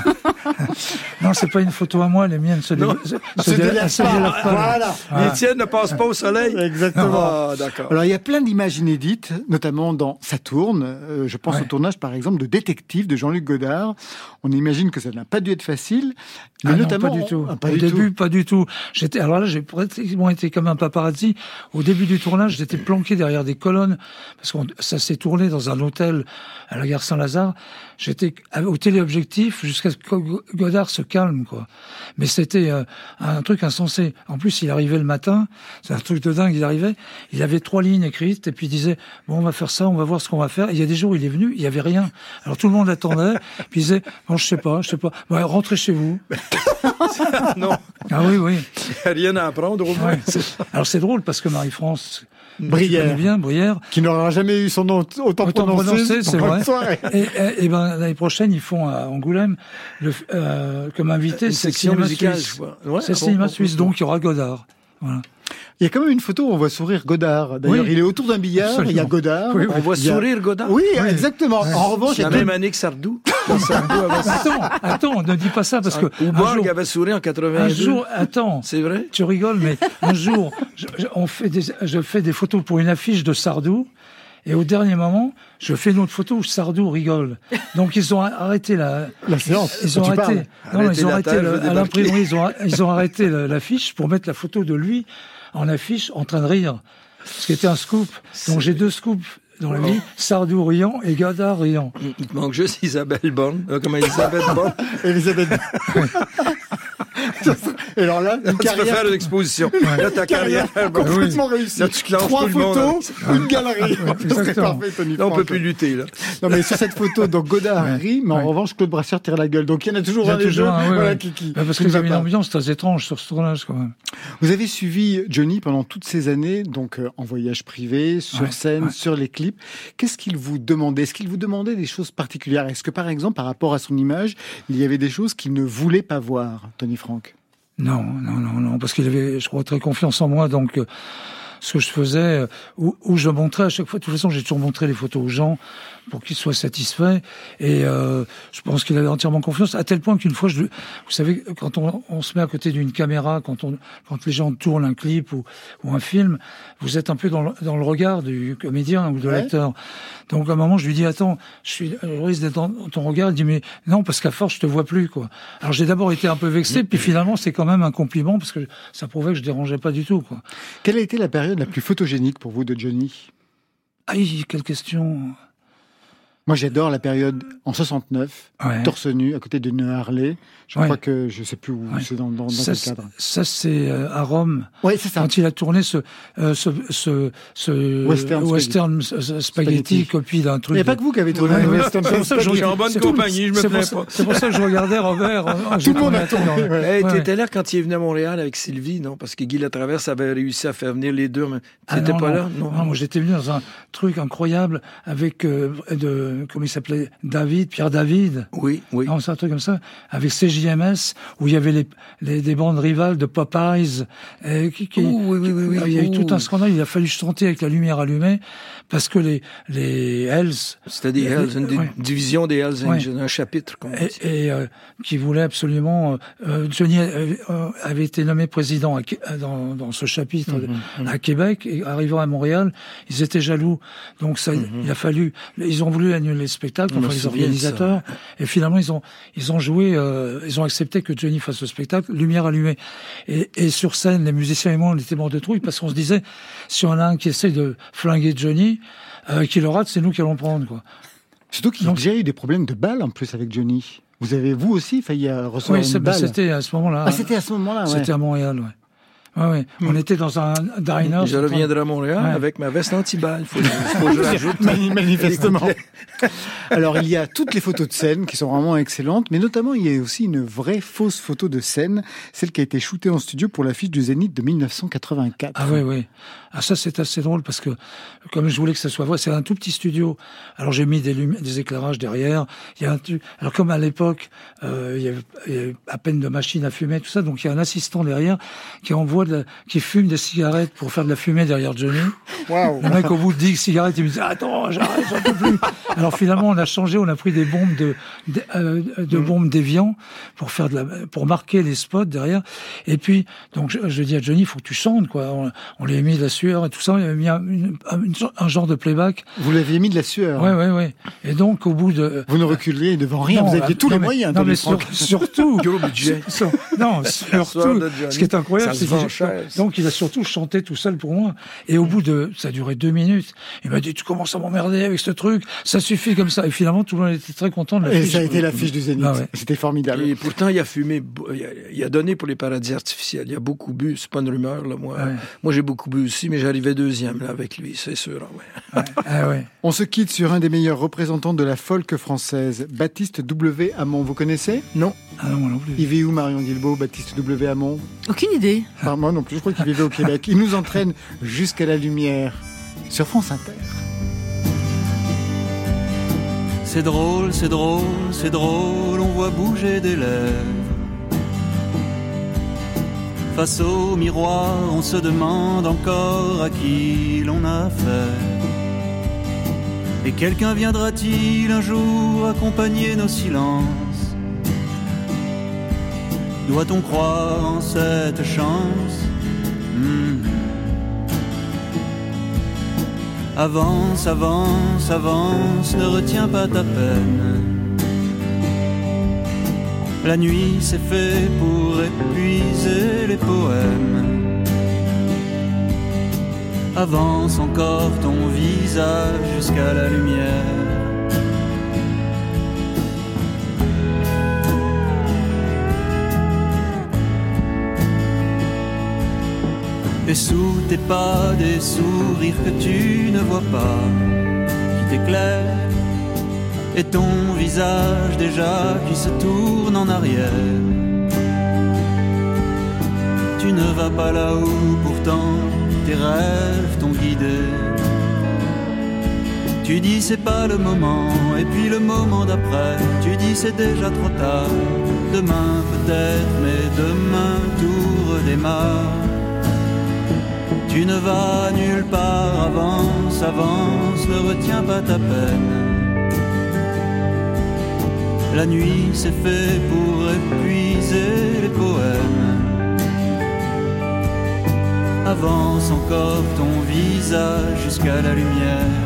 Non, c'est pas une photo à moi, les miennes se, dé... se, se, dé... délèvent se délèvent pas. Voilà. Ah. Les tiennes ne passent pas au soleil. Exactement. Ah, d'accord. Alors, il y a plein d'images inédites, notamment dans Saturne. Euh, je pense ouais. au tournage, par exemple, de Détective de Jean-Luc Godard. On imagine que ça n'a pas dû être facile. Mais ah notamment, non, pas du tout. Ah, pas au du début, tout. pas du tout. J'étais, alors là, j'ai pratiquement été comme un paparazzi. Au début du tournage, j'étais planqué derrière des colonnes parce que ça s'est tourné dans un hôtel à la gare Saint-Lazare. J'étais au téléobjectif jusqu'à ce que Godard se calme, quoi. Mais c'était euh, un truc insensé. En plus, il arrivait le matin. C'est un truc de dingue. Il arrivait. Il avait trois lignes écrites et puis il disait bon, on va faire ça, on va voir ce qu'on va faire. Et il y a des jours, il est venu, il y avait rien. Alors tout le monde attendait. Puis il disait bon, je sais pas, je sais pas. Bon, rentrez chez vous. Non. Ah oui, oui. Il n'y a rien à apprendre au moins. Ouais, c'est... Alors c'est drôle parce que Marie-France Brière, bien, Brière, qui n'aura jamais eu son nom autant, autant prononcé, c'est vrai. Et, et, et ben l'année prochaine ils font à Angoulême le, euh, comme invité, c'est le cinéma suisse. Ouais, c'est le cinéma suisse, donc il y aura Godard. Voilà. Il y a quand même une photo où on voit sourire Godard. D'ailleurs, oui. il est autour d'un billard, absolument. Il y a Godard. Oui, on voit a... sourire Godard. Oui, oui. exactement. Oui. En revanche, c'est la même année que Sardou. Sardou avait... Attends, attends, ne dis pas ça parce que Ou Borg avait souri en quatre-vingt-deux. Un jour, attends, c'est vrai. Tu rigoles, mais un jour, je, je, on fait des, je fais des photos pour une affiche de Sardou. Et au dernier moment, je fais une autre photo où Sardou rigole. Donc ils ont arrêté la, la séance. Ils ont arrêté. Non, arrêtez ils ont arrêté le, à l'imprimerie. Ils ont, ils ont arrêté l'affiche pour mettre la photo de lui en affiche, en train de rire. Ce qui était un scoop. Donc j'ai deux scoops dans la vie, Sardou riant et Godard riant. Il te manque juste Isabelle Borne. Euh, comment Elisabeth Borne Elisabeth Et alors là, une là, carrière... tu peux faire une exposition. Ouais. Là, ta carrière, carrière complètement oui. réussie. Là, tu clenches Trois tout le photos, monde. une galerie. C'est parfait, Tony. Là, on peut plus lutter, là. Non, mais sur cette photo, donc Godard ouais. rit, mais ouais. en revanche, Claude Brasseur tire la gueule. Donc il y en a toujours il y a un des deux. Un, ouais, voilà, ouais. qui, qui, bah, parce qu'il y avait une ambiance très étrange sur ce tournage, quand même. Vous avez suivi Johnny pendant toutes ces années, donc euh, en voyage privé, sur ouais. scène, ouais. sur les clips. Qu'est-ce qu'il vous demandait? Est-ce qu'il vous demandait des choses particulières? Est-ce que, par exemple, par rapport à son image, il y avait des choses qu'il ne voulait pas voir, Tony Franck? Non, non, non, non, parce qu'il avait, je crois, très confiance en moi, donc euh, ce que je faisais, euh, où, où je montrais à chaque fois, de toute façon, j'ai toujours montré les photos aux gens pour qu'ils soient satisfaits, et euh, je pense qu'il avait entièrement confiance, à tel point qu'une fois, je, vous savez, quand on, on se met à côté d'une caméra, quand on, quand les gens tournent un clip ou, ou un film, vous êtes un peu dans le, dans le regard du comédien ou de ouais. l'acteur. Donc à un moment, je lui dis attends, je suis, je risque d'être dans ton regard. Il dit mais non, parce qu'à force, je te vois plus quoi. Alors j'ai d'abord été un peu vexé, puis finalement, c'est quand même un compliment parce que ça prouvait que je dérangeais pas du tout quoi. Quelle a été la période la plus photogénique pour vous de Johnny? Ah, quelle question. Moi, j'adore la période en soixante-neuf, ouais. torse nu, à côté de Neu Harley. Je ouais. crois que je sais plus où ouais. c'est dans, dans, dans ça, quel cadre. Ça, c'est euh, à Rome. Oui, c'est ça. Quand il a tourné ce, euh, ce, ce, ce Western, Western spaghetti, spaghetti, copie d'un truc. Il n'y a pas que vous qui avez tourné ouais, Western Spaghetti. C'est pour ça que je suis en bonne compagnie, je me plains pas. C'est pour ça que je regardais Robert. Tout le monde a tourné. Ouais. Hey, tu étais là quand il est venu à Montréal avec Sylvie, non? Parce que Guy Latraverse avait réussi à faire venir les deux. Mais tu n'étais ah, pas non, là? Non, non moi j'étais venu dans un truc incroyable avec, euh, de, comment il s'appelait? David, Pierre David. Oui, oui. Non, c'est un truc comme ça. Avec C J M S, où il y avait les, les, des bandes rivales de Popeyes. Et qui, qui, Ouh, oui, oui, oui, oui. Il y a eu Ouh. tout un scandale. Il a fallu chanter avec la lumière allumée parce que les, les Hells. C'était des Hells, une ouais. division des Hells Angels, ouais. un chapitre. Comme et et euh, qui voulait absolument. Euh, Johnny avait, euh, avait été nommé président à, dans, dans ce chapitre mm-hmm, à mm-hmm. Québec. Et arrivant à Montréal, ils étaient jaloux. Donc ça, mm-hmm. il a fallu. Ils ont voulu annuler le spectacle. Enfin, les organisateurs. Et finalement, ils ont, ils ont joué, euh, ils ont accepté que Johnny fasse le spectacle, lumière allumée. Et, et sur scène, les musiciens et moi, on était morts de trouille parce qu'on se disait, si on a un qui essaie de flinguer Johnny, euh, qui le rate, c'est nous qui allons prendre, quoi. Surtout qu'il y a déjà eu des problèmes de balles, en plus, avec Johnny. Vous avez, vous aussi, failli recevoir oui, une balle. Oui, c'était à ce moment-là. Ah, c'était à ce moment-là, ouais. C'était à Montréal, ouais. Ouais, ouais. Mmh. On était dans un diner. Je reviendrai à Montréal ouais. avec ma veste anti-balle. Il faut, faut que je l'ajoute. Manifestement. Alors, il y a toutes les photos de scène qui sont vraiment excellentes, mais notamment, il y a aussi une vraie fausse photo de scène, celle qui a été shootée en studio pour l'affiche du Zénith de mille neuf cent quatre-vingt-quatre. Ah oui, oui. Ah, ça, c'est assez drôle parce que, comme je voulais que ça soit vrai, c'est un tout petit studio. Alors, j'ai mis des, lumi- des éclairages derrière. Il y a un tu- Alors, comme à l'époque, euh, il, y avait, il y avait à peine de machines à fumer, tout ça, donc il y a un assistant derrière qui envoie boit de la, qui fume des cigarettes pour faire de la fumée derrière Johnny. Wow. Le mec, au bout de dix cigarettes, il me dit, attends, j'arrête, j'en peux plus. Alors finalement, on a changé, on a pris des bombes de, de, euh, de mmh. bombes d'évian pour faire de la, pour marquer les spots derrière. Et puis, donc, je, je dis à Johnny, il faut que tu chantes, quoi. On, on lui a mis de la sueur et tout ça, on lui a mis un, une, un, un genre de playback. Vous l'aviez mis de la sueur. Ouais, ouais, ouais. Et donc, au bout de... Vous ne reculiez devant rien, non, vous aviez bah, tous non, les mais, moyens. Non, mais sur, surtout... Gros budget. Sur, non, surtout, ce qui est incroyable, c'est que donc il a surtout chanté tout seul pour moi. Et au bout de, ça a duré deux minutes, il m'a dit, tu commences à m'emmerder avec ce truc, ça suffit comme ça. Et finalement, tout le monde était très content de la Et fiche. ça a été l'affiche du Zénith. Ah ouais. C'était formidable. Et pourtant, il a fumé, il a, il a donné pour les paradis artificiels. Il a beaucoup bu, c'est pas une rumeur, là, moi. Ouais. Moi, j'ai beaucoup bu aussi, mais j'arrivais deuxième, là, avec lui, c'est sûr. Ouais. Ouais. Ah ouais. On se quitte sur un des meilleurs représentants de la folk française, Baptiste W. Hamon. Vous connaissez? Non. Ah non, moi non plus. Il vit où, Marion Guilbault, Baptiste W. Hamon? Aucune idée. Enfin, moi non plus, je crois qu'il vivait au Québec. Il nous entraîne jusqu'à la lumière sur France Inter. C'est drôle, c'est drôle, c'est drôle, on voit bouger des lèvres. Face au miroir, on se demande encore à qui l'on a affaire. Et quelqu'un viendra-t-il un jour accompagner nos silences? Doit-on croire en cette chance? mmh. Avance, avance, avance, ne retiens pas ta peine. La nuit c'est fait pour épuiser les poèmes. Avance encore ton visage jusqu'à la lumière. Et sous tes pas des sourires que tu ne vois pas, qui t'éclairent, et ton visage déjà qui se tourne en arrière. Tu ne vas pas là où pourtant tes rêves t'ont guidé. Tu dis c'est pas le moment, et puis le moment d'après, tu dis c'est déjà trop tard. Demain peut-être, mais demain tout redémarre. Tu ne vas nulle part, avance, avance, ne retiens pas ta peine. La nuit c'est fait pour épuiser les poèmes. Avance encore ton visage jusqu'à la lumière.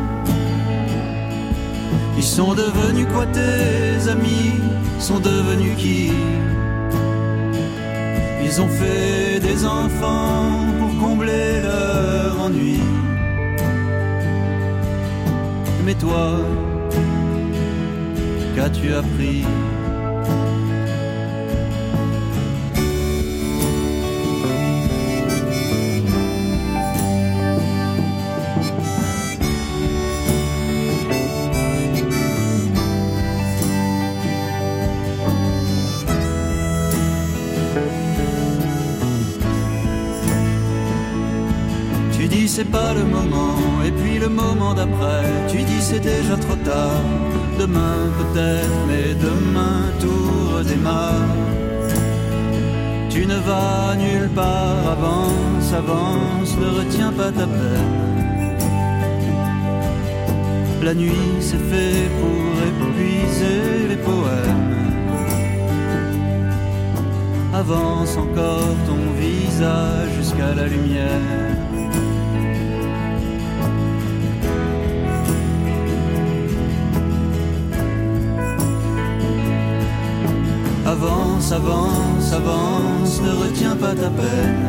Ils sont devenus quoi tes amis? Sont devenus qui? Ils ont fait des enfants pour combler leur ennui. Mais toi, qu'as-tu appris? C'est pas le moment, et puis le moment d'après, tu dis c'est déjà trop tard. Demain peut-être, mais demain tout redémarre. Tu ne vas nulle part, avance, avance, ne retiens pas ta peine. La nuit c'est fait pour épuiser les poèmes. Avance encore ton visage jusqu'à la lumière. Avance, avance, avance, ne retiens pas ta peine.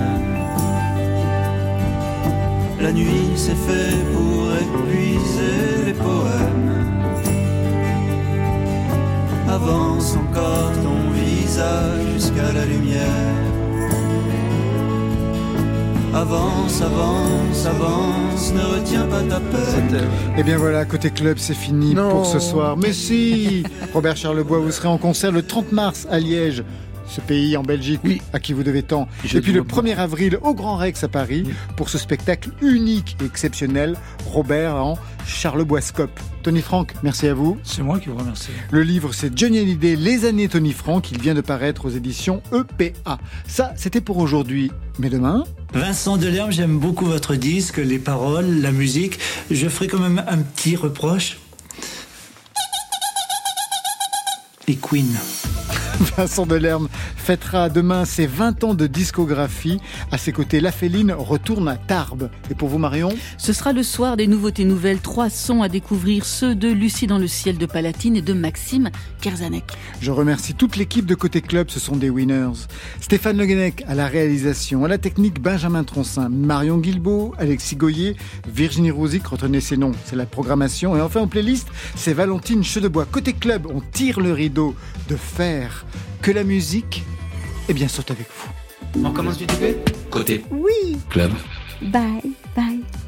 La nuit c'est fait pour épuiser les poèmes. Avance encore ton visage jusqu'à la lumière. Avance, avance, avance, ne retiens pas ta peine. Et bien voilà, côté club, c'est fini non. pour ce soir. Mais si, Robert Charlebois, vous serez en concert le trente mars à Liège, ce pays en Belgique, oui, à qui vous devez tant. Je Et puis le premier avril au Grand Rex à Paris, oui, pour ce spectacle unique et exceptionnel, Robert en Charlebois-scope. Tony Frank, merci à vous. C'est moi qui vous remercie. Le livre, c'est Johnny Hallyday, Les années Tony Frank. Il vient de paraître aux éditions E P A. Ça, c'était pour aujourd'hui. Mais demain... Vincent Delerme, j'aime beaucoup votre disque, les paroles, la musique. Je ferai quand même un petit reproche. Et Queen. Vincent Delerme fêtera demain ses vingt ans de discographie. À ses côtés, La Féline retourne à Tarbes. Et pour vous, Marion ? Ce sera le soir des nouveautés nouvelles. Trois sons à découvrir, ceux de Lucie dans le ciel de Palatine et de Maxime Kerzanek. Je remercie toute l'équipe de Côté Club, ce sont des winners. Stéphane Le Guenec à la réalisation, à la technique Benjamin Troncin, Marion Guilbault, Alexis Goyer, Virginie Rouzic, retenez ces noms, c'est la programmation. Et enfin en playlist, c'est Valentine Chedebois. Côté Club, on tire le rideau de fer. Que la musique, eh bien, saute avec vous. On commence du début ? Côté Oui. Club. Bye.